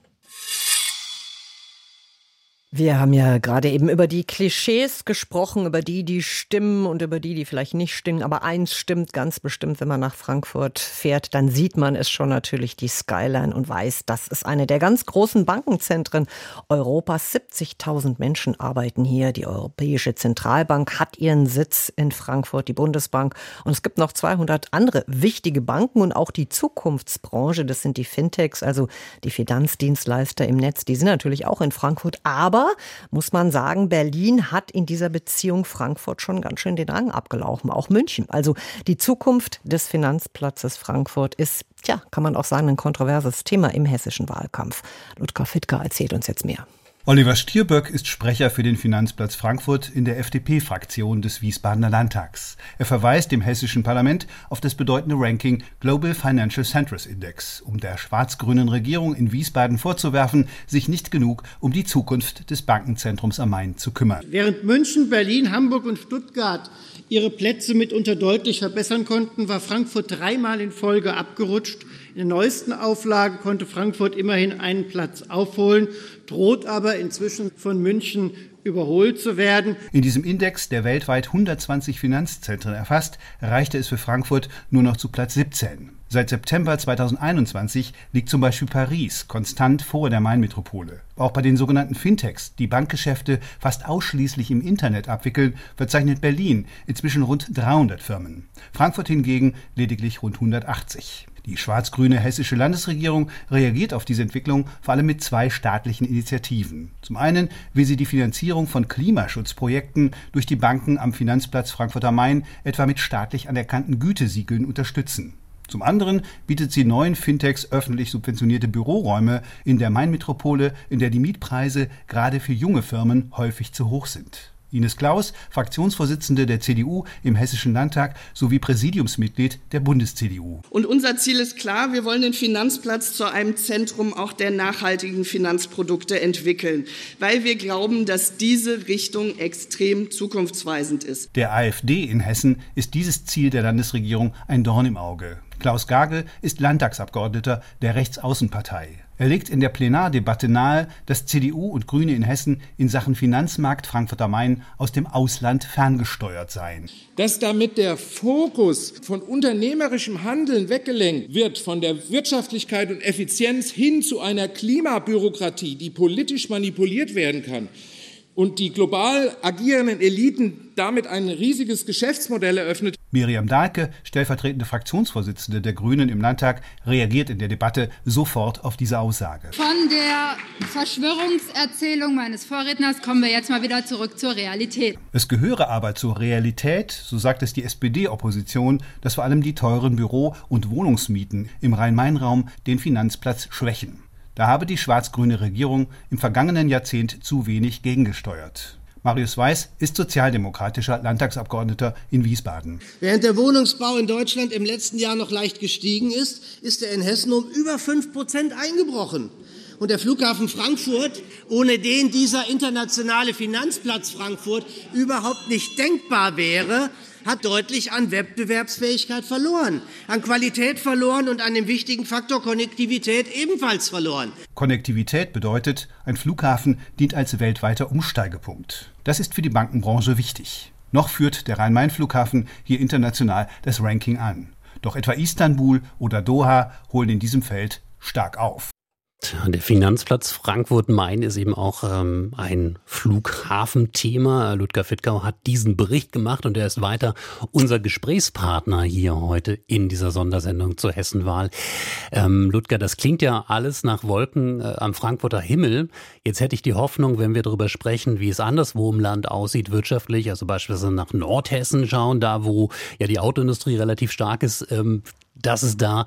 Wir haben ja gerade eben über die Klischees gesprochen, über die stimmen und über die vielleicht nicht stimmen. Aber eins stimmt ganz bestimmt, wenn man nach Frankfurt fährt, dann sieht man es schon natürlich, die Skyline, und weiß, das ist eine der ganz großen Bankenzentren Europas. 70.000 Menschen arbeiten hier. Die Europäische Zentralbank hat ihren Sitz in Frankfurt, die Bundesbank. Und es gibt noch 200 andere wichtige Banken und auch die Zukunftsbranche. Das sind die Fintechs, also die Finanzdienstleister im Netz. Die sind natürlich auch in Frankfurt, aber muss man sagen, Berlin hat in dieser Beziehung Frankfurt schon ganz schön den Rang abgelaufen, auch München. Also die Zukunft des Finanzplatzes Frankfurt ist, kann man auch sagen, ein kontroverses Thema im hessischen Wahlkampf. Ludger Fittkau erzählt uns jetzt mehr. Oliver Stierböck ist Sprecher für den Finanzplatz Frankfurt in der FDP-Fraktion des Wiesbadener Landtags. Er verweist im hessischen Parlament auf das bedeutende Ranking Global Financial Centers Index, um der schwarz-grünen Regierung in Wiesbaden vorzuwerfen, sich nicht genug um die Zukunft des Bankenzentrums am Main zu kümmern. Während München, Berlin, Hamburg und Stuttgart ihre Plätze mitunter deutlich verbessern konnten, war Frankfurt 3-mal in Folge abgerutscht. In der neuesten Auflage konnte Frankfurt immerhin einen Platz aufholen, droht aber inzwischen von München überholt zu werden. In diesem Index, der weltweit 120 Finanzzentren erfasst, reichte es für Frankfurt nur noch zu Platz 17. Seit September 2021 liegt zum Beispiel Paris konstant vor der Main-Metropole. Auch bei den sogenannten Fintechs, die Bankgeschäfte fast ausschließlich im Internet abwickeln, verzeichnet Berlin inzwischen rund 300 Firmen. Frankfurt hingegen lediglich rund 180. Die schwarz-grüne hessische Landesregierung reagiert auf diese Entwicklung vor allem mit 2 staatlichen Initiativen. Zum einen will sie die Finanzierung von Klimaschutzprojekten durch die Banken am Finanzplatz Frankfurt am Main etwa mit staatlich anerkannten Gütesiegeln unterstützen. Zum anderen bietet sie neuen Fintechs öffentlich subventionierte Büroräume in der Main-Metropole, in der die Mietpreise gerade für junge Firmen häufig zu hoch sind. Ines Claus, Fraktionsvorsitzende der CDU im Hessischen Landtag sowie Präsidiumsmitglied der Bundes-CDU. Und unser Ziel ist klar, wir wollen den Finanzplatz zu einem Zentrum auch der nachhaltigen Finanzprodukte entwickeln, weil wir glauben, dass diese Richtung extrem zukunftsweisend ist. Der AfD in Hessen ist dieses Ziel der Landesregierung ein Dorn im Auge. Klaus Gagel ist Landtagsabgeordneter der Rechtsaußenpartei. Er legt in der Plenardebatte nahe, dass CDU und Grüne in Hessen in Sachen Finanzmarkt Frankfurt am Main aus dem Ausland ferngesteuert seien. Dass damit der Fokus von unternehmerischem Handeln weggelenkt wird, von der Wirtschaftlichkeit und Effizienz hin zu einer Klimabürokratie, die politisch manipuliert werden kann, und die global agierenden Eliten damit ein riesiges Geschäftsmodell eröffnet. Miriam Dahlke, stellvertretende Fraktionsvorsitzende der Grünen im Landtag, reagiert in der Debatte sofort auf diese Aussage. Von der Verschwörungserzählung meines Vorredners kommen wir jetzt mal wieder zurück zur Realität. Es gehöre aber zur Realität, so sagt es die SPD-Opposition, dass vor allem die teuren Büro- und Wohnungsmieten im Rhein-Main-Raum den Finanzplatz schwächen. Da habe die schwarz-grüne Regierung im vergangenen Jahrzehnt zu wenig gegengesteuert. Marius Weiß ist sozialdemokratischer Landtagsabgeordneter in Wiesbaden. Während der Wohnungsbau in Deutschland im letzten Jahr noch leicht gestiegen ist er in Hessen um über 5% eingebrochen. Und der Flughafen Frankfurt, ohne den dieser internationale Finanzplatz Frankfurt überhaupt nicht denkbar wäre, hat deutlich an Wettbewerbsfähigkeit verloren, an Qualität verloren und an dem wichtigen Faktor Konnektivität ebenfalls verloren. Konnektivität bedeutet, ein Flughafen dient als weltweiter Umsteigepunkt. Das ist für die Bankenbranche wichtig. Noch führt der Rhein-Main-Flughafen hier international das Ranking an. Doch etwa Istanbul oder Doha holen in diesem Feld stark auf. Der Finanzplatz Frankfurt-Main ist eben auch ein Flughafenthema. Ludger Fittkau hat diesen Bericht gemacht und er ist weiter unser Gesprächspartner hier heute in dieser Sondersendung zur Hessenwahl. Ludger, das klingt ja alles nach Wolken am Frankfurter Himmel. Jetzt hätte ich die Hoffnung, wenn wir darüber sprechen, wie es anderswo im Land aussieht wirtschaftlich, also beispielsweise nach Nordhessen schauen, da wo ja die Autoindustrie relativ stark ist, dass es da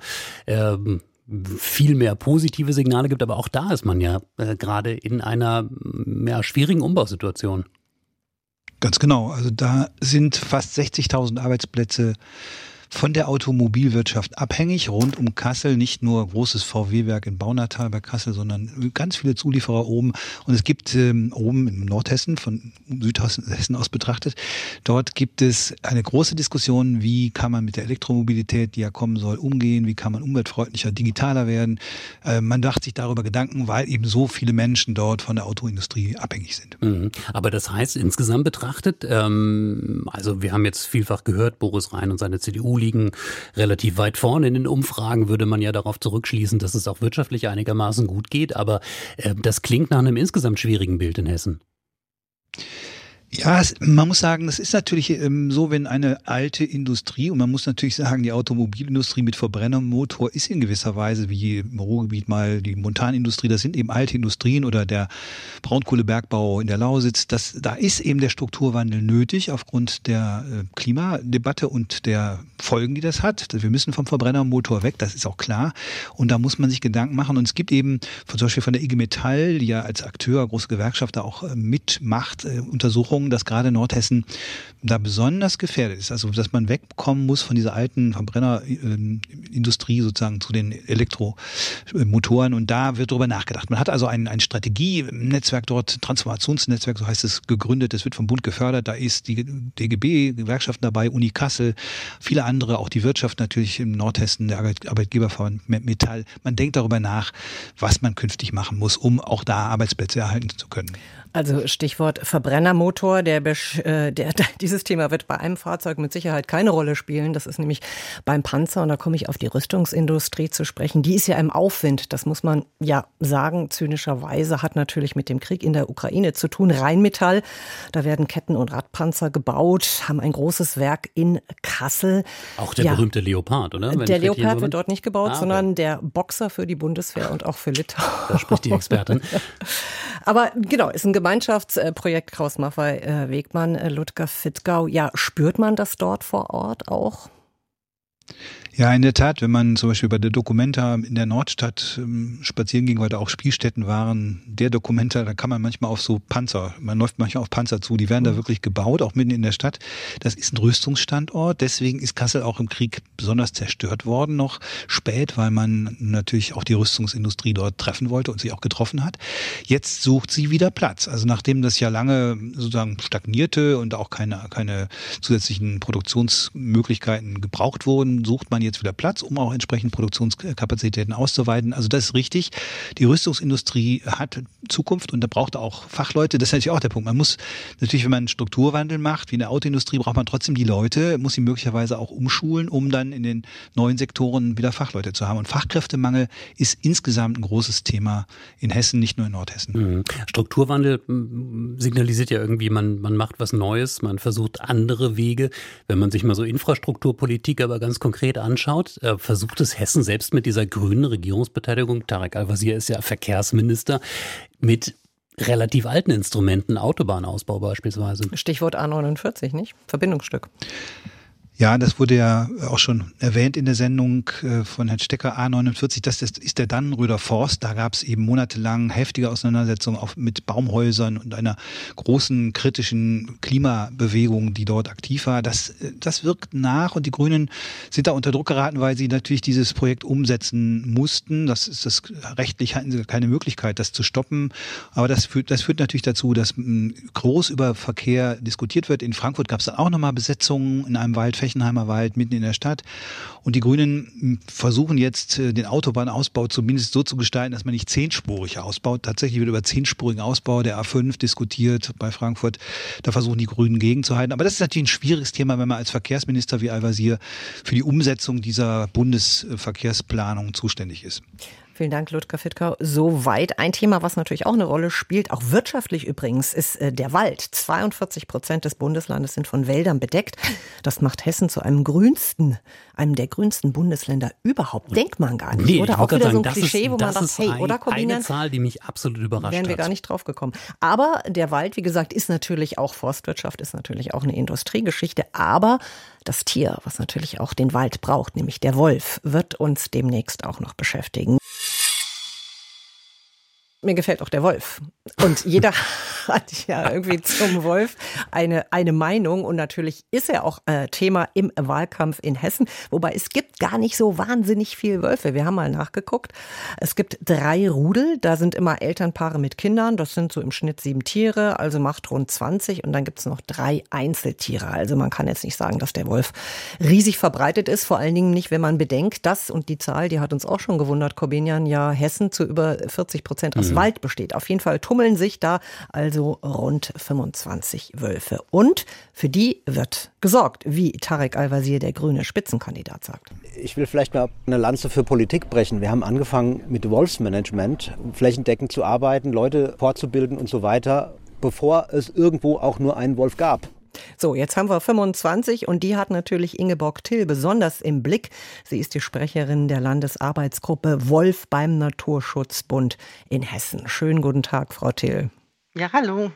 viel mehr positive Signale gibt, aber auch da ist man ja gerade in einer schwierigen Umbausituation. Ganz genau, also da sind fast 60.000 Arbeitsplätze von der Automobilwirtschaft abhängig, rund um Kassel, nicht nur großes VW-Werk in Baunatal bei Kassel, sondern ganz viele Zulieferer oben. Und es gibt oben in Nordhessen, von Südhessen aus betrachtet, dort gibt es eine große Diskussion, wie kann man mit der Elektromobilität, die ja kommen soll, umgehen, wie kann man umweltfreundlicher, digitaler werden. Man macht sich darüber Gedanken, weil eben so viele Menschen dort von der Autoindustrie abhängig sind. Aber das heißt, insgesamt betrachtet, also wir haben jetzt vielfach gehört, Boris Rhein und seine CDU liegen relativ weit vorne in den Umfragen, würde man ja darauf zurückschließen, dass es auch wirtschaftlich einigermaßen gut geht. Aber das klingt nach einem insgesamt schwierigen Bild in Hessen. Ja, man muss sagen, es ist natürlich so, wenn eine alte Industrie, und man muss natürlich sagen, die Automobilindustrie mit Verbrennermotor ist in gewisser Weise wie im Ruhrgebiet mal die Montanindustrie, das sind eben alte Industrien oder der Braunkohlebergbau in der Lausitz, da ist eben der Strukturwandel nötig aufgrund der Klimadebatte und der Folgen, die das hat. Wir müssen vom Verbrennermotor weg, das ist auch klar, und da muss man sich Gedanken machen, und es gibt eben zum Beispiel von der IG Metall, die ja als Akteur, große Gewerkschaft da auch mitmacht, Untersuchungen, dass gerade Nordhessen da besonders gefährdet ist. Also, dass man wegkommen muss von dieser alten Verbrennerindustrie sozusagen zu den Elektromotoren. Und da wird darüber nachgedacht. Man hat also ein Strategienetzwerk dort, Transformationsnetzwerk, so heißt es, gegründet. Das wird vom Bund gefördert. Da ist die DGB, Gewerkschaften dabei, Uni Kassel, viele andere, auch die Wirtschaft natürlich im Nordhessen, der Arbeitgeberverband Metall. Man denkt darüber nach, was man künftig machen muss, um auch da Arbeitsplätze erhalten zu können. Also Stichwort Verbrennermotor, dieses Thema wird bei einem Fahrzeug mit Sicherheit keine Rolle spielen. Das ist nämlich beim Panzer, und da komme ich auf die Rüstungsindustrie zu sprechen. Die ist ja im Aufwind, das muss man ja sagen, zynischerweise, hat natürlich mit dem Krieg in der Ukraine zu tun. Rheinmetall, da werden Ketten- und Radpanzer gebaut, haben ein großes Werk in Kassel. Auch der berühmte Leopard, oder? Der Leopard wird dort nicht gebaut, sondern der Boxer für die Bundeswehr und auch für Litauen. Da spricht die Expertin. Aber genau, ist ein Gemeinschaftsprojekt Kraus-Maffei-Wegmann, Ludger Fittkau. Ja, spürt man das dort vor Ort auch? Ja, in der Tat, wenn man zum Beispiel bei der Documenta in der Nordstadt spazieren ging, weil da auch Spielstätten waren, der Documenta, da kann man manchmal auf so Panzer, man läuft manchmal auf Panzer zu, die werden da wirklich gebaut, auch mitten in der Stadt. Das ist ein Rüstungsstandort, deswegen ist Kassel auch im Krieg besonders zerstört worden, noch spät, weil man natürlich auch die Rüstungsindustrie dort treffen wollte und sie auch getroffen hat. Jetzt sucht sie wieder Platz. Also nachdem das ja lange sozusagen stagnierte und auch keine zusätzlichen Produktionsmöglichkeiten gebraucht wurden, Deswegen sucht man jetzt wieder Platz, um auch entsprechend Produktionskapazitäten auszuweiten. Also das ist richtig. Die Rüstungsindustrie hat Zukunft und da braucht auch Fachleute. Das ist natürlich auch der Punkt. Man muss natürlich, wenn man einen Strukturwandel macht, wie in der Autoindustrie, braucht man trotzdem die Leute, muss sie möglicherweise auch umschulen, um dann in den neuen Sektoren wieder Fachleute zu haben. Und Fachkräftemangel ist insgesamt ein großes Thema in Hessen, nicht nur in Nordhessen. Strukturwandel signalisiert ja irgendwie, man macht was Neues, man versucht andere Wege. Wenn man sich mal so Infrastrukturpolitik aber ganz konkret anschaut, versucht es Hessen selbst mit dieser grünen Regierungsbeteiligung, Tarek Al-Wazir ist ja Verkehrsminister, mit relativ alten Instrumenten, Autobahnausbau beispielsweise. Stichwort A49, nicht? Verbindungsstück. Ja, das wurde ja auch schon erwähnt in der Sendung von Herrn Stecker, A49, das ist der Dannenröder Forst. Da gab es eben monatelang heftige Auseinandersetzungen auch mit Baumhäusern und einer großen kritischen Klimabewegung, die dort aktiv war. Das wirkt nach und die Grünen sind da unter Druck geraten, weil sie natürlich dieses Projekt umsetzen mussten. Rechtlich hatten sie keine Möglichkeit, das zu stoppen. Aber das führt natürlich dazu, dass groß über Verkehr diskutiert wird. In Frankfurt gab es dann auch nochmal Besetzungen in einem Wald, Fechenheimer Wald, mitten in der Stadt. Und die Grünen versuchen jetzt, den Autobahnausbau zumindest so zu gestalten, dass man nicht 10-spurig ausbaut. Tatsächlich wird über 10-spurigen Ausbau der A5 diskutiert bei Frankfurt. Da versuchen die Grünen gegenzuhalten. Aber das ist natürlich ein schwieriges Thema, wenn man als Verkehrsminister wie Al-Wazir für die Umsetzung dieser Bundesverkehrsplanung zuständig ist. Vielen Dank, Ludger Fittkau. Soweit. Ein Thema, was natürlich auch eine Rolle spielt, auch wirtschaftlich übrigens, ist der Wald. 42% des Bundeslandes sind von Wäldern bedeckt. Das macht Hessen zu einem der grünsten Bundesländer überhaupt. Denkt man gar nicht, oder? Auch wieder so ein Klischee, wo man sagt, hey, oder Corbinian? Eine Zahl, die mich absolut überrascht hat. Wären wir gar nicht drauf gekommen. Aber der Wald, wie gesagt, ist natürlich auch Forstwirtschaft, ist natürlich auch eine Industriegeschichte. Aber das Tier, was natürlich auch den Wald braucht, nämlich der Wolf, wird uns demnächst auch noch beschäftigen. Mir gefällt auch der Wolf. Und jeder hat ja irgendwie zum Wolf eine Meinung. Und natürlich ist er auch Thema im Wahlkampf in Hessen. Wobei es gibt gar nicht so wahnsinnig viele Wölfe. Wir haben mal nachgeguckt. Es gibt 3 Rudel. Da sind immer Elternpaare mit Kindern. Das sind so im Schnitt 7 Tiere. Also macht rund 20. Und dann gibt es noch 3 Einzeltiere. Also man kann jetzt nicht sagen, dass der Wolf riesig verbreitet ist. Vor allen Dingen nicht, wenn man bedenkt, dass, und die Zahl, die hat uns auch schon gewundert, Corbinian, ja Hessen zu über 40% aus Wald besteht. Auf jeden Fall tummeln sich da also rund 25 Wölfe. Und für die wird gesorgt, wie Tarek Al-Wazir, der grüne Spitzenkandidat, sagt. Ich will vielleicht mal eine Lanze für Politik brechen. Wir haben angefangen mit Wolfsmanagement, flächendeckend zu arbeiten, Leute fortzubilden und so weiter, bevor es irgendwo auch nur einen Wolf gab. So, jetzt haben wir 25 und die hat natürlich Ingeborg Till besonders im Blick. Sie ist die Sprecherin der Landesarbeitsgruppe Wolf beim Naturschutzbund in Hessen. Schönen guten Tag, Frau Till. Ja, hallo.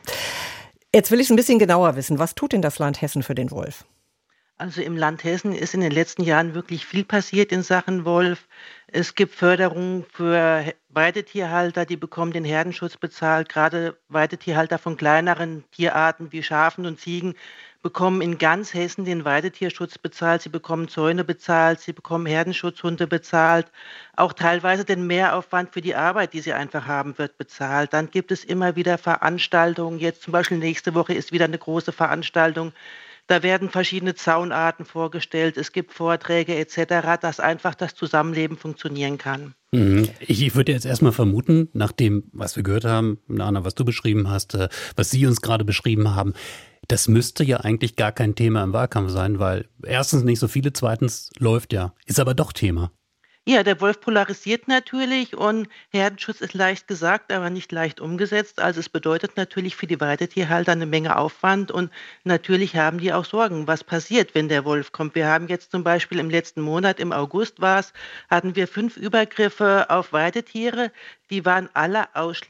Jetzt will ich es ein bisschen genauer wissen. Was tut denn das Land Hessen für den Wolf? Also im Land Hessen ist in den letzten Jahren wirklich viel passiert in Sachen Wolf. Es gibt Förderungen für Weidetierhalter, die bekommen den Herdenschutz bezahlt. Gerade Weidetierhalter von kleineren Tierarten wie Schafen und Ziegen bekommen in ganz Hessen den Weidetierschutz bezahlt. Sie bekommen Zäune bezahlt, sie bekommen Herdenschutzhunde bezahlt. Auch teilweise den Mehraufwand für die Arbeit, die sie einfach haben, wird bezahlt. Dann gibt es immer wieder Veranstaltungen. Jetzt zum Beispiel nächste Woche ist wieder eine große Veranstaltung. Da werden verschiedene Zaunarten vorgestellt, es gibt Vorträge etc., dass einfach das Zusammenleben funktionieren kann. Ich würde jetzt erstmal vermuten, nach dem, was wir gehört haben, Nana, was du beschrieben hast, was Sie uns gerade beschrieben haben, das müsste ja eigentlich gar kein Thema im Wahlkampf sein, weil erstens nicht so viele, zweitens läuft ja, ist aber doch Thema. Ja, der Wolf polarisiert natürlich und Herdenschutz ist leicht gesagt, aber nicht leicht umgesetzt. Also es bedeutet natürlich für die Weidetierhalter eine Menge Aufwand und natürlich haben die auch Sorgen, was passiert, wenn der Wolf kommt. Wir haben jetzt zum Beispiel im letzten Monat, im August hatten wir 5 Übergriffe auf Weidetiere. Die waren alle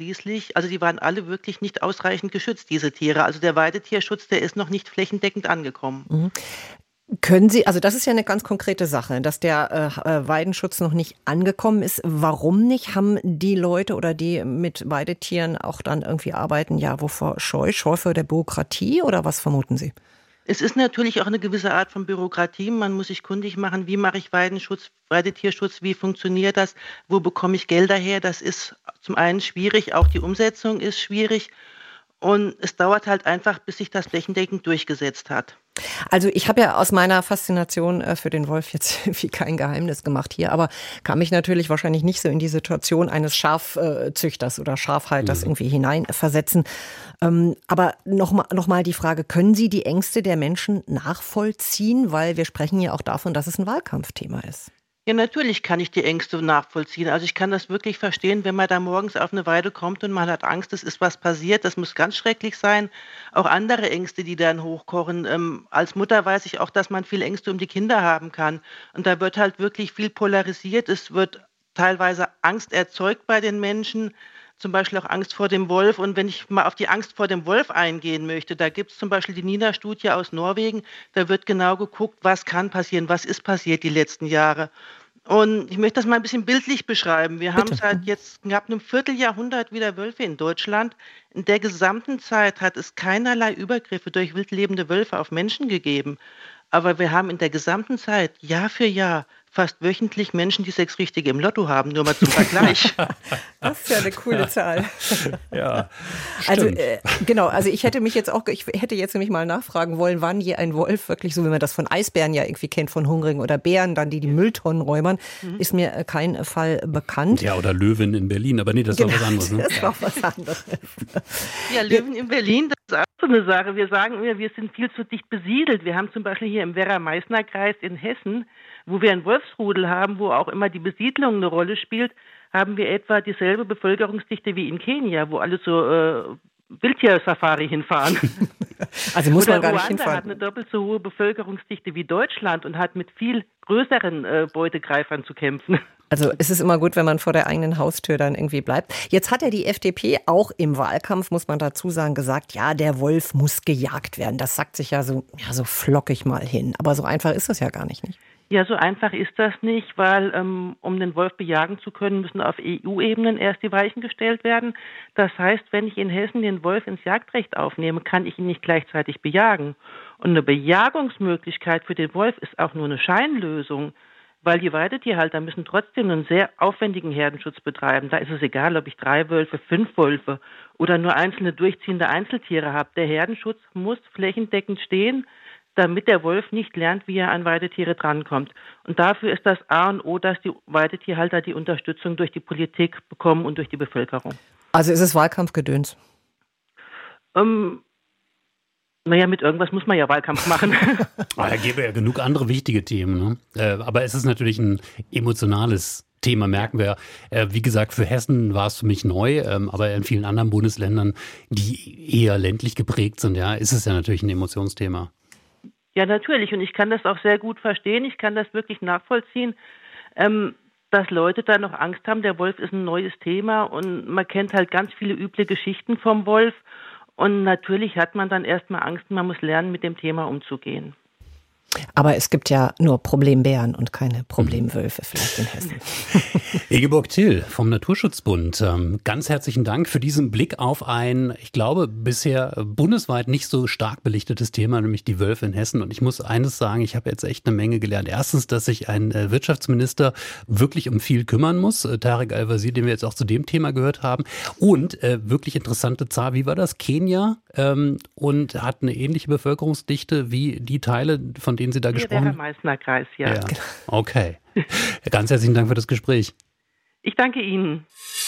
die waren alle wirklich nicht ausreichend geschützt, diese Tiere. Also der Weidetierschutz, der ist noch nicht flächendeckend angekommen. Mhm. Können Sie, also das ist ja eine ganz konkrete Sache, dass der Weidenschutz noch nicht angekommen ist. Warum nicht? Haben die Leute oder die mit Weidetieren auch dann irgendwie arbeiten, ja, wovor Scheu vor der Bürokratie oder was vermuten Sie? Es ist natürlich auch eine gewisse Art von Bürokratie. Man muss sich kundig machen, wie mache ich Weidetierschutz, wie funktioniert das, wo bekomme ich Gelder her? Das ist zum einen schwierig, auch die Umsetzung ist schwierig. Und es dauert halt einfach, bis sich das flächendeckend durchgesetzt hat. Also ich habe ja aus meiner Faszination für den Wolf jetzt irgendwie kein Geheimnis gemacht hier, aber kann mich natürlich wahrscheinlich nicht so in die Situation eines Schafzüchters oder Schafhalters irgendwie hineinversetzen. Aber noch mal die Frage, können Sie die Ängste der Menschen nachvollziehen? Weil wir sprechen ja auch davon, dass es ein Wahlkampfthema ist. Ja, natürlich kann ich die Ängste nachvollziehen. Also ich kann das wirklich verstehen, wenn man da morgens auf eine Weide kommt und man hat Angst, es ist was passiert. Das muss ganz schrecklich sein. Auch andere Ängste, die dann hochkochen. Als Mutter weiß ich auch, dass man viel Ängste um die Kinder haben kann. Und da wird halt wirklich viel polarisiert. Es wird teilweise Angst erzeugt bei den Menschen. Zum Beispiel auch Angst vor dem Wolf. Und wenn ich mal auf die Angst vor dem Wolf eingehen möchte, da gibt es zum Beispiel die NINA-Studie aus Norwegen. Da wird genau geguckt, was kann passieren, was ist passiert die letzten Jahre. Und ich möchte das mal ein bisschen bildlich beschreiben. Wir haben seit jetzt knapp einem Vierteljahrhundert wieder Wölfe in Deutschland. In der gesamten Zeit hat es keinerlei Übergriffe durch wild lebende Wölfe auf Menschen gegeben. Aber wir haben in der gesamten Zeit, Jahr für Jahr, fast wöchentlich Menschen, die 6 Richtige im Lotto haben, nur mal zum Vergleich. Das ist ja eine coole Zahl. Ja, also genau, also ich hätte jetzt nämlich mal nachfragen wollen, wann je ein Wolf wirklich, so wie man das von Eisbären ja irgendwie kennt, von Hungrigen oder Bären, dann die Mülltonnen räubern, ist mir kein Fall bekannt. Ja, oder Löwen in Berlin, aber nee, das war was anderes. Ne? Das war was anderes. Ja, Löwen in Berlin, das ist auch so eine Sache. Wir sagen immer, wir sind viel zu dicht besiedelt. Wir haben zum Beispiel hier im Werra-Meißner-Kreis in Hessen, wo wir ein Wolfsrudel haben, wo auch immer die Besiedlung eine Rolle spielt, haben wir etwa dieselbe Bevölkerungsdichte wie in Kenia, wo alle so Wildtier-Safari hinfahren. Also muss man gar nicht Ruanda hinfahren. hat eine doppelt so hohe Bevölkerungsdichte wie Deutschland und hat mit viel größeren Beutegreifern zu kämpfen. Also es ist immer gut, wenn man vor der eigenen Haustür dann irgendwie bleibt. Jetzt hat ja die FDP auch im Wahlkampf, muss man dazu sagen, gesagt, ja, der Wolf muss gejagt werden. Das sagt sich ja so flockig mal hin. Aber so einfach ist das ja gar nicht. Ja, so einfach ist das nicht, weil um den Wolf bejagen zu können, müssen auf EU-Ebenen erst die Weichen gestellt werden. Das heißt, wenn ich in Hessen den Wolf ins Jagdrecht aufnehme, kann ich ihn nicht gleichzeitig bejagen. Und eine Bejagungsmöglichkeit für den Wolf ist auch nur eine Scheinlösung, weil die Weidetierhalter müssen trotzdem einen sehr aufwendigen Herdenschutz betreiben. Da ist es egal, ob ich 3 Wölfe, 5 Wölfe oder nur einzelne durchziehende Einzeltiere habe. Der Herdenschutz muss flächendeckend stehen, damit der Wolf nicht lernt, wie er an Weidetiere drankommt. Und dafür ist das A und O, dass die Weidetierhalter die Unterstützung durch die Politik bekommen und durch die Bevölkerung. Also ist es Wahlkampfgedöns? Naja, mit irgendwas muss man ja Wahlkampf machen. Da gäbe ja genug andere wichtige Themen. Ne? Aber es ist natürlich ein emotionales Thema, merken wir. Wie gesagt, für Hessen war es für mich neu, aber in vielen anderen Bundesländern, die eher ländlich geprägt sind, ja, ist es ja natürlich ein Emotionsthema. Ja, natürlich. Und ich kann das auch sehr gut verstehen. Ich kann das wirklich nachvollziehen, dass Leute da noch Angst haben. Der Wolf ist ein neues Thema und man kennt halt ganz viele üble Geschichten vom Wolf. Und natürlich hat man dann erstmal Angst, man muss lernen, mit dem Thema umzugehen. Aber es gibt ja nur Problembären und keine Problemwölfe vielleicht in Hessen. Ingeborg Thill vom Naturschutzbund, ganz herzlichen Dank für diesen Blick auf ein, ich glaube, bisher bundesweit nicht so stark belichtetes Thema, nämlich die Wölfe in Hessen. Und ich muss eines sagen, ich habe jetzt echt eine Menge gelernt. Erstens, dass sich ein Wirtschaftsminister wirklich um viel kümmern muss. Tarek Al-Wazir, den wir jetzt auch zu dem Thema gehört haben. Und wirklich interessante Zahl, wie war das? Kenia und hat eine ähnliche Bevölkerungsdichte wie die Teile, von denen Sie da gesprochen haben? Der Werra-Meißner-Kreis, ja. Okay. Ganz herzlichen Dank für das Gespräch. Ich danke Ihnen.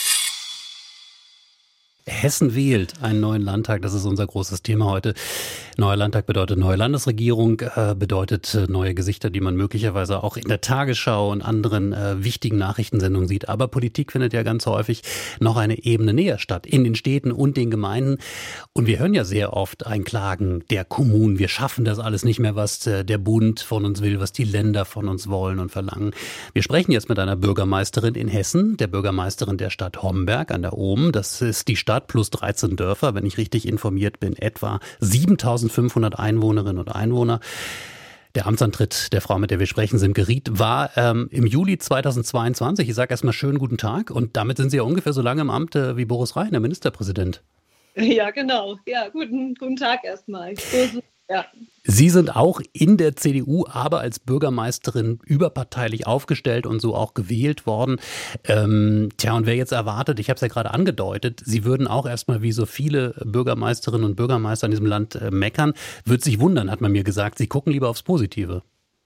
Hessen wählt einen neuen Landtag, das ist unser großes Thema heute. Neuer Landtag bedeutet neue Landesregierung, bedeutet neue Gesichter, die man möglicherweise auch in der Tagesschau und anderen wichtigen Nachrichtensendungen sieht. Aber Politik findet ja ganz häufig noch eine Ebene näher statt, in den Städten und den Gemeinden. Und wir hören ja sehr oft ein Klagen der Kommunen. Wir schaffen das alles nicht mehr, was der Bund von uns will, was die Länder von uns wollen und verlangen. Wir sprechen jetzt mit einer Bürgermeisterin in Hessen, der Bürgermeisterin der Stadt Homberg an der Ohm. Das ist die Stadt plus 13 Dörfer, wenn ich richtig informiert bin, etwa 7.500 Einwohnerinnen und Einwohner. Der Amtsantritt der Frau, mit der wir sprechen, Simke Ried, war im Juli 2022. Ich sage erstmal schönen guten Tag. Und damit sind Sie ja ungefähr so lange im Amt wie Boris Rhein, der Ministerpräsident. Ja, genau. Ja, guten Tag erstmal. Ja. Sie sind auch in der CDU, aber als Bürgermeisterin überparteilich aufgestellt und so auch gewählt worden. Und wer jetzt erwartet, ich habe es ja gerade angedeutet, Sie würden auch erstmal wie so viele Bürgermeisterinnen und Bürgermeister in diesem Land meckern, wird sich wundern, hat man mir gesagt. Sie gucken lieber aufs Positive.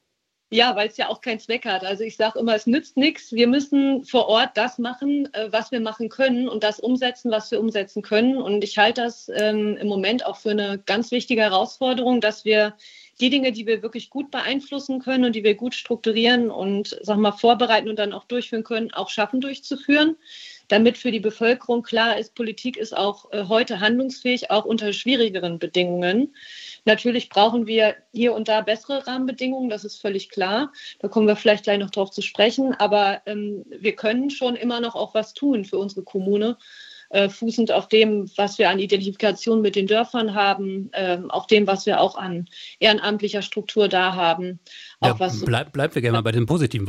Ja, weil es ja auch keinen Zweck hat. Also ich sage immer, es nützt nichts. Wir müssen vor Ort das machen, was wir machen können und das umsetzen, was wir umsetzen können. Und ich halte das im Moment auch für eine ganz wichtige Herausforderung, dass wir die Dinge, die wir wirklich gut beeinflussen können und die wir gut strukturieren und vorbereiten und dann auch durchführen können, auch schaffen durchzuführen, damit für die Bevölkerung klar ist, Politik ist auch heute handlungsfähig, auch unter schwierigeren Bedingungen. Natürlich brauchen wir hier und da bessere Rahmenbedingungen, das ist völlig klar. Da kommen wir vielleicht gleich noch drauf zu sprechen. Aber wir können schon immer noch auch was tun für unsere Kommune, fußend auf dem, was wir an Identifikation mit den Dörfern haben, auf dem, was wir auch an ehrenamtlicher Struktur da haben. Auch Bleiben wir gerne mal bei dem Positiven.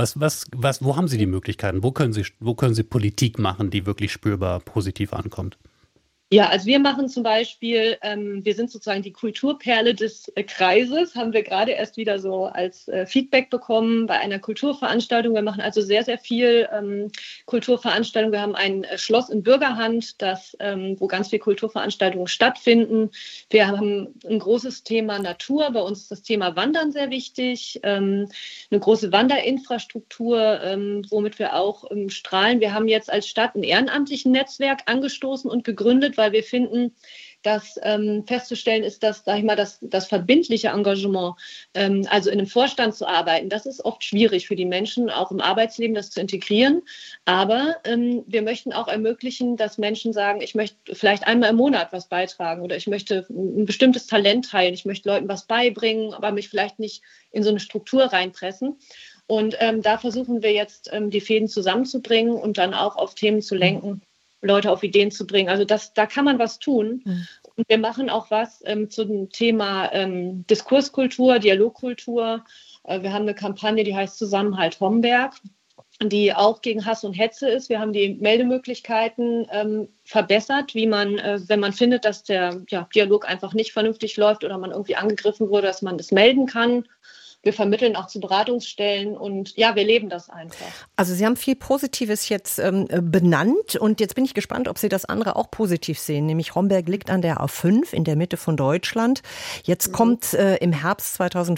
Wo haben Sie die Möglichkeiten? Wo können Sie Politik machen, die wirklich spürbar positiv ankommt? Ja, also wir machen zum Beispiel, wir sind sozusagen die Kulturperle des Kreises, haben wir gerade erst wieder so als Feedback bekommen bei einer Kulturveranstaltung. Wir machen also sehr, sehr viel Kulturveranstaltungen. Wir haben ein Schloss in Bürgerhand, wo ganz viele Kulturveranstaltungen stattfinden. Wir haben ein großes Thema Natur. Bei uns ist das Thema Wandern sehr wichtig. Eine große Wanderinfrastruktur, womit wir auch strahlen. Wir haben jetzt als Stadt ein ehrenamtlichen Netzwerk angestoßen und gegründet, weil wir finden, dass festzustellen ist, dass, sag ich mal, das verbindliche Engagement, also in einem Vorstand zu arbeiten, das ist oft schwierig für die Menschen, auch im Arbeitsleben das zu integrieren. Aber wir möchten auch ermöglichen, dass Menschen sagen, ich möchte vielleicht einmal im Monat was beitragen oder ich möchte ein bestimmtes Talent teilen, ich möchte Leuten was beibringen, aber mich vielleicht nicht in so eine Struktur reinpressen. Und da versuchen wir jetzt, die Fäden zusammenzubringen und dann auch auf Themen zu lenken, Leute auf Ideen zu bringen. Also da kann man was tun. Und wir machen auch was zum Thema Diskurskultur, Dialogkultur. Wir haben eine Kampagne, die heißt Zusammenhalt Homberg, die auch gegen Hass und Hetze ist. Wir haben die Meldemöglichkeiten verbessert, wie man, wenn man findet, dass der Dialog einfach nicht vernünftig läuft oder man irgendwie angegriffen wurde, dass man das melden kann. Wir vermitteln auch zu Beratungsstellen und ja, wir leben das einfach. Also Sie haben viel Positives jetzt benannt und jetzt bin ich gespannt, ob Sie das andere auch positiv sehen. Nämlich Homberg liegt an der A5 in der Mitte von Deutschland. Jetzt kommt im Herbst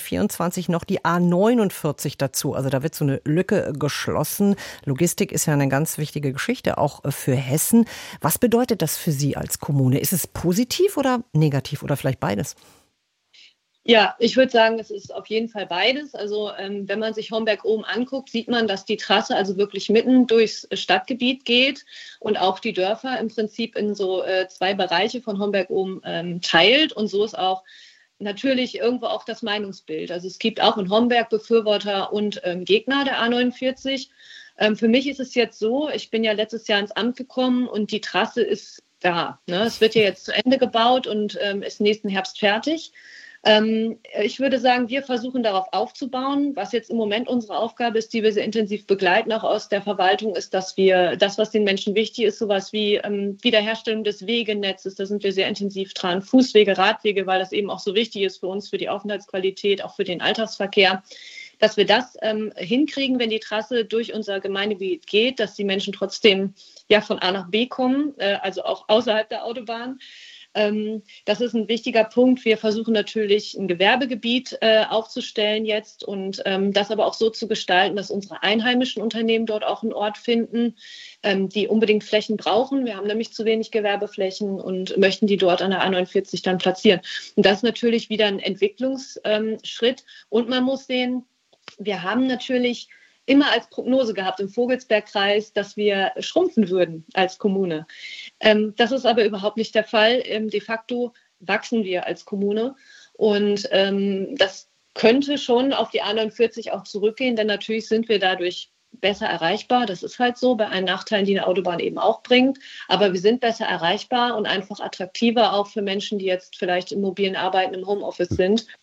2024 noch die A49 dazu. Also da wird so eine Lücke geschlossen. Logistik ist ja eine ganz wichtige Geschichte, auch für Hessen. Was bedeutet das für Sie als Kommune? Ist es positiv oder negativ oder vielleicht beides? Ja, ich würde sagen, es ist auf jeden Fall beides. Also wenn man sich Homberg oben anguckt, sieht man, dass die Trasse also wirklich mitten durchs Stadtgebiet geht und auch die Dörfer im Prinzip in so zwei Bereiche von Homberg oben teilt. Und so ist auch natürlich irgendwo auch das Meinungsbild. Also es gibt auch in Homberg Befürworter und Gegner der A49. Für mich ist es jetzt so, ich bin ja letztes Jahr ins Amt gekommen und die Trasse ist da. Ne? Es wird ja jetzt zu Ende gebaut und ist nächsten Herbst fertig. Ich würde sagen, wir versuchen darauf aufzubauen. Was jetzt im Moment unsere Aufgabe ist, die wir sehr intensiv begleiten, auch aus der Verwaltung, ist, dass wir das, was den Menschen wichtig ist, sowas wie Wiederherstellung des Wegenetzes, da sind wir sehr intensiv dran, Fußwege, Radwege, weil das eben auch so wichtig ist für uns, für die Aufenthaltsqualität, auch für den Alltagsverkehr, dass wir das hinkriegen, wenn die Trasse durch unser Gemeindegebiet geht, dass die Menschen trotzdem von A nach B kommen, also auch außerhalb der Autobahn. Das ist ein wichtiger Punkt. Wir versuchen natürlich ein Gewerbegebiet aufzustellen jetzt und das aber auch so zu gestalten, dass unsere einheimischen Unternehmen dort auch einen Ort finden, die unbedingt Flächen brauchen. Wir haben nämlich zu wenig Gewerbeflächen und möchten die dort an der A49 dann platzieren. Und das ist natürlich wieder ein Entwicklungsschritt. Und man muss sehen, wir haben natürlich immer als Prognose gehabt im Vogelsbergkreis, dass wir schrumpfen würden als Kommune. Das ist aber überhaupt nicht der Fall. De facto wachsen wir als Kommune und das könnte schon auf die A49 auch zurückgehen, denn natürlich sind wir dadurch besser erreichbar. Das ist halt so, bei allen Nachteilen, die eine Autobahn eben auch bringt. Aber wir sind besser erreichbar und einfach attraktiver auch für Menschen, die jetzt vielleicht im mobilen Arbeiten im Homeoffice sind.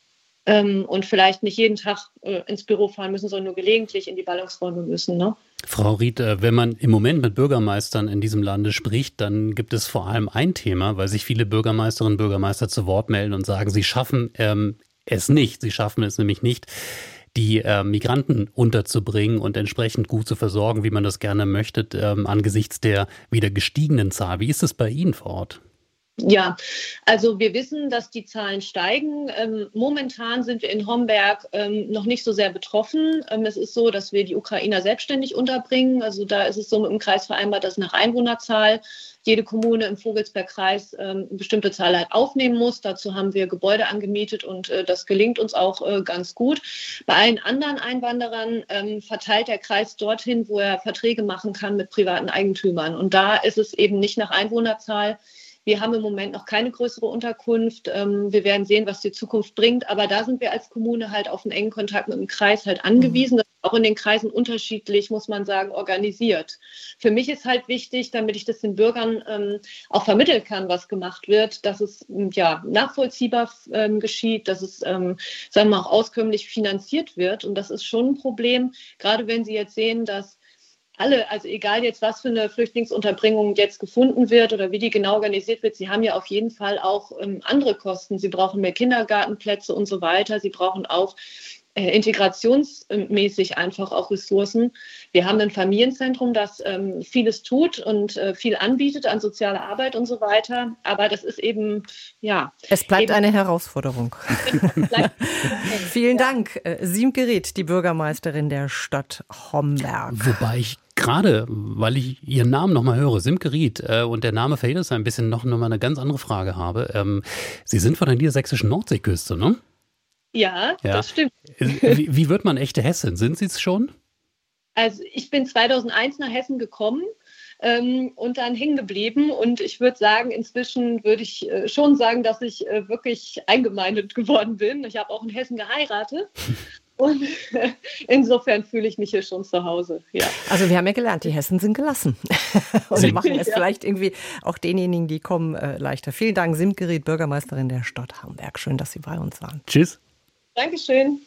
und vielleicht nicht jeden Tag ins Büro fahren müssen, sondern nur gelegentlich in die Ballungsräume müssen. Ne? Frau Ried, wenn man im Moment mit Bürgermeistern in diesem Lande spricht, dann gibt es vor allem ein Thema, weil sich viele Bürgermeisterinnen und Bürgermeister zu Wort melden und sagen, sie schaffen es nicht. Sie schaffen es nämlich nicht, die Migranten unterzubringen und entsprechend gut zu versorgen, wie man das gerne möchte, angesichts der wieder gestiegenen Zahl. Wie ist es bei Ihnen vor Ort? Ja, also wir wissen, dass die Zahlen steigen. Momentan sind wir in Homberg noch nicht so sehr betroffen. Es ist so, dass wir die Ukrainer selbstständig unterbringen. Also da ist es so mit dem Kreis vereinbart, dass nach Einwohnerzahl jede Kommune im Vogelsbergkreis eine bestimmte Zahl halt aufnehmen muss. Dazu haben wir Gebäude angemietet und das gelingt uns auch ganz gut. Bei allen anderen Einwanderern verteilt der Kreis dorthin, wo er Verträge machen kann mit privaten Eigentümern. Und da ist es eben nicht nach Einwohnerzahl. Wir haben im Moment noch keine größere Unterkunft. Wir werden sehen, was die Zukunft bringt. Aber da sind wir als Kommune halt auf einen engen Kontakt mit dem Kreis halt angewiesen. Das ist auch in den Kreisen unterschiedlich, muss man sagen, organisiert. Für mich ist halt wichtig, damit ich das den Bürgern auch vermitteln kann, was gemacht wird, dass es nachvollziehbar geschieht, dass es, sagen wir mal, auch auskömmlich finanziert wird. Und das ist schon ein Problem, gerade wenn Sie jetzt sehen, dass alle, also egal jetzt, was für eine Flüchtlingsunterbringung jetzt gefunden wird oder wie die genau organisiert wird, sie haben ja auf jeden Fall auch andere Kosten. Sie brauchen mehr Kindergartenplätze und so weiter. Sie brauchen auch integrationsmäßig einfach auch Ressourcen. Wir haben ein Familienzentrum, das vieles tut und viel anbietet an soziale Arbeit und so weiter. Aber das ist eben, ja. Es bleibt eine Herausforderung. Vielen Dank. Siemke Ried, die Bürgermeisterin der Stadt Homberg. Wobei ich gerade, weil ich Ihren Namen nochmal höre, Siemke Ried, und der Name verhindert es ein bisschen, noch mal eine ganz andere Frage habe. Sie sind von der niedersächsischen Nordseeküste, ne? Ja, das stimmt. Wie wird man echte Hessin? Sind Sie es schon? Also ich bin 2001 nach Hessen gekommen und dann hängen geblieben. Und ich würde sagen, inzwischen würde ich schon sagen, dass ich wirklich eingemeindet geworden bin. Ich habe auch in Hessen geheiratet. Und insofern fühle ich mich hier schon zu Hause. Ja. Also wir haben ja gelernt, die Hessen sind gelassen und machen es vielleicht irgendwie auch denjenigen, die kommen, leichter. Vielen Dank, Siemke Ried, Bürgermeisterin der Stadt Homberg. Schön, dass Sie bei uns waren. Tschüss. Dankeschön.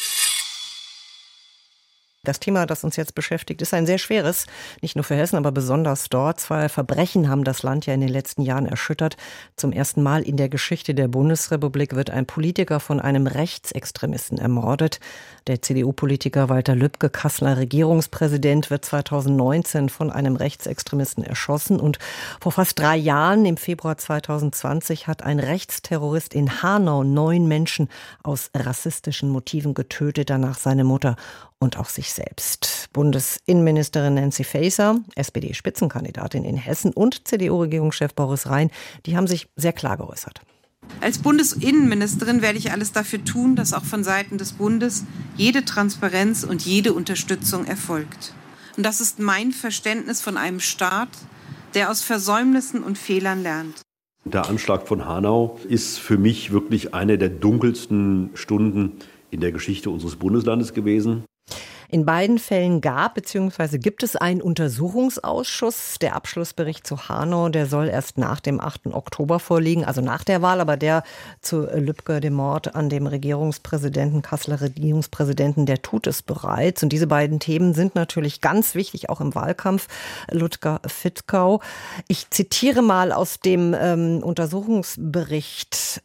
Das Thema, das uns jetzt beschäftigt, ist ein sehr schweres, nicht nur für Hessen, aber besonders dort. 2 Verbrechen haben das Land ja in den letzten Jahren erschüttert. Zum ersten Mal in der Geschichte der Bundesrepublik wird ein Politiker von einem Rechtsextremisten ermordet. Der CDU-Politiker Walter Lübcke, Kasseler Regierungspräsident, wird 2019 von einem Rechtsextremisten erschossen. Und vor fast 3 Jahren, im Februar 2020, hat ein Rechtsterrorist in Hanau 9 Menschen aus rassistischen Motiven getötet, danach seine Mutter und auch sich selbst. Bundesinnenministerin Nancy Faeser, SPD-Spitzenkandidatin in Hessen und CDU-Regierungschef Boris Rhein, die haben sich sehr klar geäußert. Als Bundesinnenministerin werde ich alles dafür tun, dass auch von Seiten des Bundes jede Transparenz und jede Unterstützung erfolgt. Und das ist mein Verständnis von einem Staat, der aus Versäumnissen und Fehlern lernt. Der Anschlag von Hanau ist für mich wirklich eine der dunkelsten Stunden in der Geschichte unseres Bundeslandes gewesen. In beiden Fällen gab bzw. gibt es einen Untersuchungsausschuss. Der Abschlussbericht zu Hanau, der soll erst nach dem 8. Oktober vorliegen, also nach der Wahl. Aber der zu Lübcke, dem Mord an dem Regierungspräsidenten, Kasseler Regierungspräsidenten, der tut es bereits. Und diese beiden Themen sind natürlich ganz wichtig, auch im Wahlkampf. Ludger Fittkau. Ich zitiere mal aus dem Untersuchungsbericht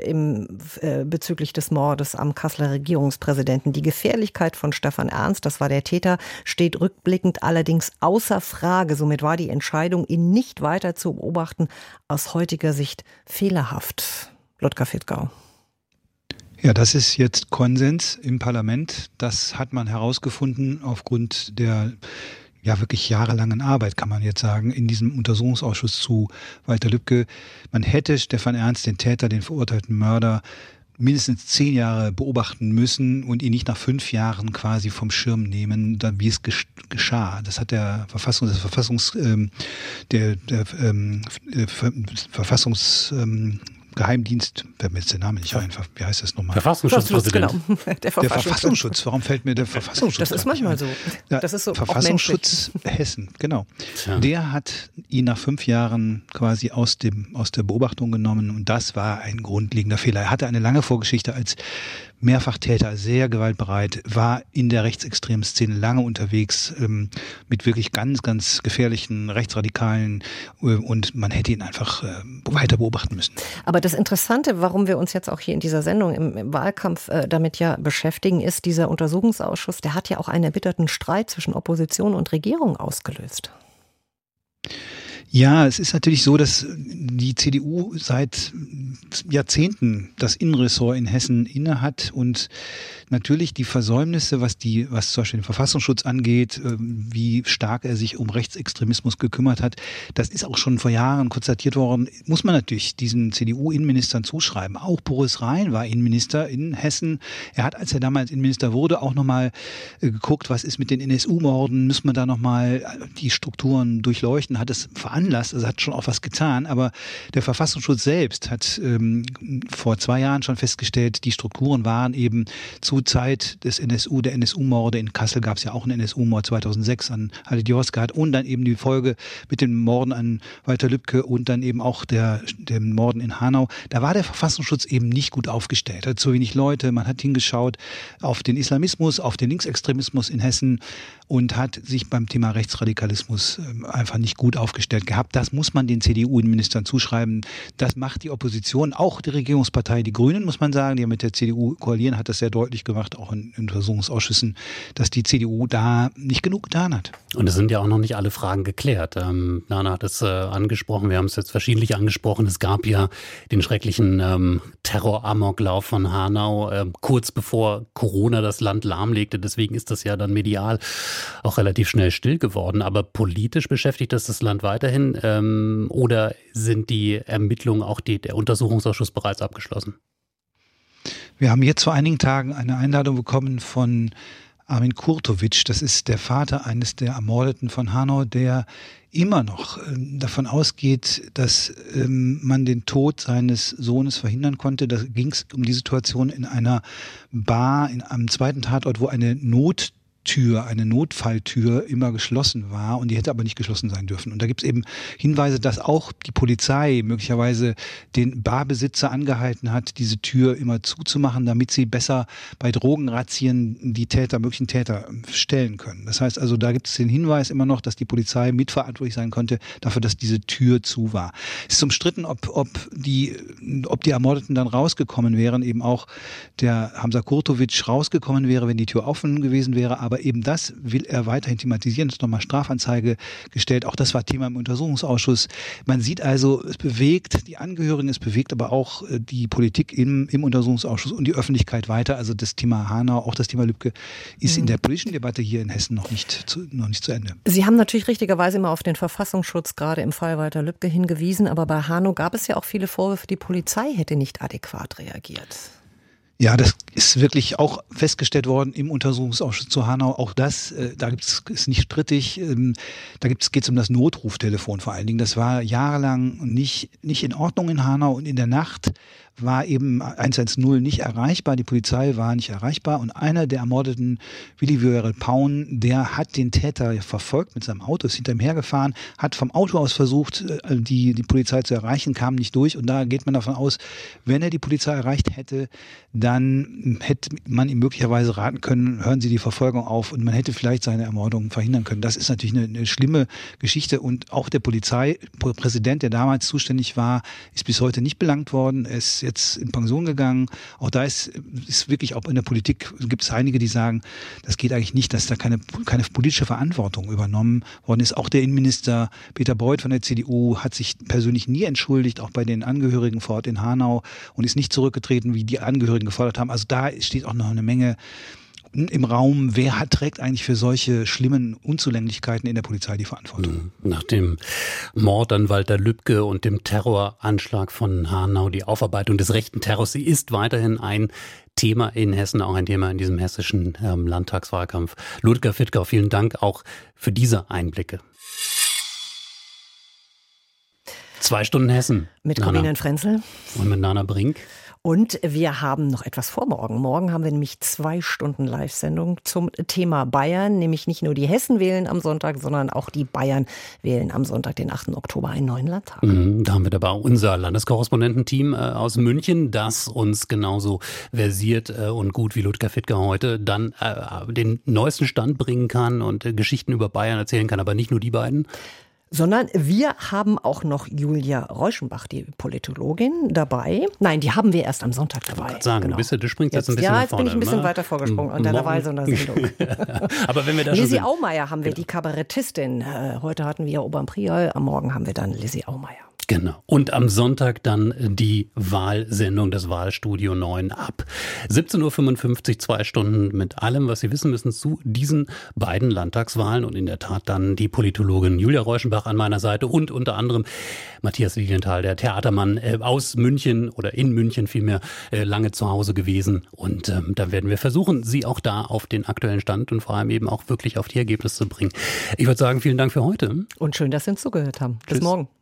bezüglich des Mordes am Kasseler Regierungspräsidenten. Die Gefährlichkeit von Stefan Ernst, das war der Täter, steht rückblickend allerdings außer Frage. Somit war die Entscheidung, ihn nicht weiter zu beobachten, aus heutiger Sicht fehlerhaft. Ludger Fittkau. Ja, das ist jetzt Konsens im Parlament. Das hat man herausgefunden aufgrund der wirklich jahrelangen Arbeit, kann man jetzt sagen, in diesem Untersuchungsausschuss zu Walter Lübcke. Man hätte Stefan Ernst, den Täter, den verurteilten Mörder, mindestens 10 Jahre beobachten müssen und ihn nicht nach 5 Jahren quasi vom Schirm nehmen, wie es geschah. Das hat der Verfassungsgerichtshof Geheimdienst, fällt mir jetzt der Name nicht ein, wie heißt das nochmal? Verfassungsschutzpräsident. Genau. Der Verfassungsschutz, warum fällt mir der Verfassungsschutz? Das ist manchmal so. Das ist so Verfassungsschutz Hessen, genau. Ja. Der hat ihn nach 5 Jahren quasi aus der Beobachtung genommen und das war ein grundlegender Fehler. Er hatte eine lange Vorgeschichte als Mehrfachtäter, sehr gewaltbereit, war in der rechtsextremen Szene lange unterwegs, mit wirklich ganz, ganz gefährlichen Rechtsradikalen und man hätte ihn einfach weiter beobachten müssen. Aber das Interessante, warum wir uns jetzt auch hier in dieser Sendung im Wahlkampf damit ja beschäftigen, ist, dieser Untersuchungsausschuss, der hat ja auch einen erbitterten Streit zwischen Opposition und Regierung ausgelöst. Ja, es ist natürlich so, dass die CDU seit Jahrzehnten das Innenressort in Hessen innehat und natürlich die Versäumnisse, was zum Beispiel den Verfassungsschutz angeht, wie stark er sich um Rechtsextremismus gekümmert hat, das ist auch schon vor Jahren konstatiert worden, muss man natürlich diesen CDU-Innenministern zuschreiben. Auch Boris Rhein war Innenminister in Hessen. Er hat, als er damals Innenminister wurde, auch nochmal geguckt, was ist mit den NSU-Morden, müssen wir da nochmal die Strukturen durchleuchten, hat es veranlasst, also hat schon auch was getan, aber der Verfassungsschutz selbst hat vor 2 Jahren schon festgestellt, die Strukturen waren eben zu Zeit des der NSU-Morde. In Kassel gab es ja auch einen NSU-Mord 2006 an Halit Yozgat und dann eben die Folge mit den Morden an Walter Lübcke und dann eben auch den Morden in Hanau. Da war der Verfassungsschutz eben nicht gut aufgestellt. Er hat zu wenig Leute. Man hat hingeschaut auf den Islamismus, auf den Linksextremismus in Hessen und hat sich beim Thema Rechtsradikalismus einfach nicht gut aufgestellt gehabt. Das muss man den CDU-Innenministern zuschreiben. Das macht die Opposition, auch die Regierungspartei, die Grünen, muss man sagen, die mit der CDU koalieren, hat das sehr deutlich gemacht, auch in Untersuchungsausschüssen, dass die CDU da nicht genug getan hat. Und es sind ja auch noch nicht alle Fragen geklärt. Nana hat es angesprochen, wir haben es jetzt verschiedentlich angesprochen. Es gab ja den schrecklichen Terror-Amoklauf von Hanau, kurz bevor Corona das Land lahmlegte. Deswegen ist das ja dann medial auch relativ schnell still geworden. Aber politisch beschäftigt das Land weiterhin oder sind die Ermittlungen, auch der Untersuchungsausschuss bereits abgeschlossen? Wir haben jetzt vor einigen Tagen eine Einladung bekommen von Armin Kurtovic. Das ist der Vater eines der Ermordeten von Hanau, der immer noch davon ausgeht, dass man den Tod seines Sohnes verhindern konnte. Da ging es um die Situation in einer Bar am zweiten Tatort, wo eine Notfalltür immer geschlossen war und die hätte aber nicht geschlossen sein dürfen. Und da gibt es eben Hinweise, dass auch die Polizei möglicherweise den Barbesitzer angehalten hat, diese Tür immer zuzumachen, damit sie besser bei Drogenrazzien die möglichen Täter stellen können. Das heißt also, da gibt es den Hinweis immer noch, dass die Polizei mitverantwortlich sein konnte dafür, dass diese Tür zu war. Es ist umstritten, ob die Ermordeten dann rausgekommen wären, eben auch der Hamza Kurtovic rausgekommen wäre, wenn die Tür offen gewesen wäre, aber eben das will er weiterhin thematisieren. Es ist nochmal Strafanzeige gestellt. Auch das war Thema im Untersuchungsausschuss. Man sieht also, es bewegt die Angehörigen, es bewegt aber auch die Politik im Untersuchungsausschuss und die Öffentlichkeit weiter. Also das Thema Hanau, auch das Thema Lübcke ist in der politischen Debatte hier in Hessen noch nicht zu Ende. Sie haben natürlich richtigerweise immer auf den Verfassungsschutz gerade im Fall Walter Lübcke hingewiesen, aber bei Hanau gab es ja auch viele Vorwürfe, die Polizei hätte nicht adäquat reagiert. Ja, das ist wirklich auch festgestellt worden im Untersuchungsausschuss zu Hanau. Auch das, ist nicht strittig. Da geht es um das Notruftelefon vor allen Dingen. Das war jahrelang nicht in Ordnung in Hanau und in der Nacht war eben 110 nicht erreichbar, die Polizei war nicht erreichbar und einer der Ermordeten, Willi Viorel Paun, der hat den Täter verfolgt mit seinem Auto, ist hinter ihm hergefahren, hat vom Auto aus versucht, die Polizei zu erreichen, kam nicht durch und da geht man davon aus, wenn er die Polizei erreicht hätte, dann hätte man ihm möglicherweise raten können, hören Sie die Verfolgung auf und man hätte vielleicht seine Ermordung verhindern können. Das ist natürlich eine schlimme Geschichte und auch der Polizeipräsident, der damals zuständig war, ist bis heute nicht belangt worden, er ist jetzt in Pension gegangen. Auch da ist wirklich, auch in der Politik gibt es einige, die sagen, das geht eigentlich nicht, dass da keine politische Verantwortung übernommen worden ist. Auch der Innenminister Peter Beuth von der CDU hat sich persönlich nie entschuldigt, auch bei den Angehörigen vor Ort in Hanau und ist nicht zurückgetreten, wie die Angehörigen gefordert haben. Also da steht auch noch eine Menge im Raum, wer trägt eigentlich für solche schlimmen Unzulänglichkeiten in der Polizei die Verantwortung? Nach dem Mord an Walter Lübcke und dem Terroranschlag von Hanau, die Aufarbeitung des rechten Terrors, sie ist weiterhin ein Thema in Hessen, auch ein Thema in diesem hessischen Landtagswahlkampf. Ludger Fittkau, vielen Dank auch für diese Einblicke. 2 Stunden Hessen. Mit Corinna Frenzel. Und mit Nana Brink. Und wir haben noch etwas vor morgen. Morgen haben wir nämlich 2 Stunden Live-Sendung zum Thema Bayern. Nämlich nicht nur die Hessen wählen am Sonntag, sondern auch die Bayern wählen am Sonntag, den 8. Oktober, einen neuen Landtag. Da haben wir dabei unser Landeskorrespondententeam aus München, das uns genauso versiert und gut wie Ludger Fittger heute dann den neuesten Stand bringen kann und Geschichten über Bayern erzählen kann. Aber nicht nur die beiden. Sondern wir haben auch noch Julia Reuschenbach, die Politologin, dabei. Nein, die haben wir erst am Sonntag dabei. Ich wollte sagen, du springst jetzt ein bisschen nach vorne. Ja, jetzt bin ich ein bisschen weiter vorgesprungen an deiner Wahl so einer Sendung. Aber wenn wir da schon Lizzie Aumeier haben wir, die Kabarettistin. Heute hatten wir Obern Priol, am Morgen haben wir dann Lizzie Aumeier. Genau. Und am Sonntag dann die Wahlsendung, das Wahlstudio 9 ab 17.55 Uhr, 2 Stunden mit allem, was Sie wissen müssen zu diesen beiden Landtagswahlen. Und in der Tat dann die Politologin Julia Reuschenbach an meiner Seite und unter anderem Matthias Lilienthal, der Theatermann aus München oder in München vielmehr lange zu Hause gewesen. Und da werden wir versuchen, Sie auch da auf den aktuellen Stand und vor allem eben auch wirklich auf die Ergebnisse zu bringen. Ich würde sagen, vielen Dank für heute. Und schön, dass Sie uns zugehört haben. Bis morgen.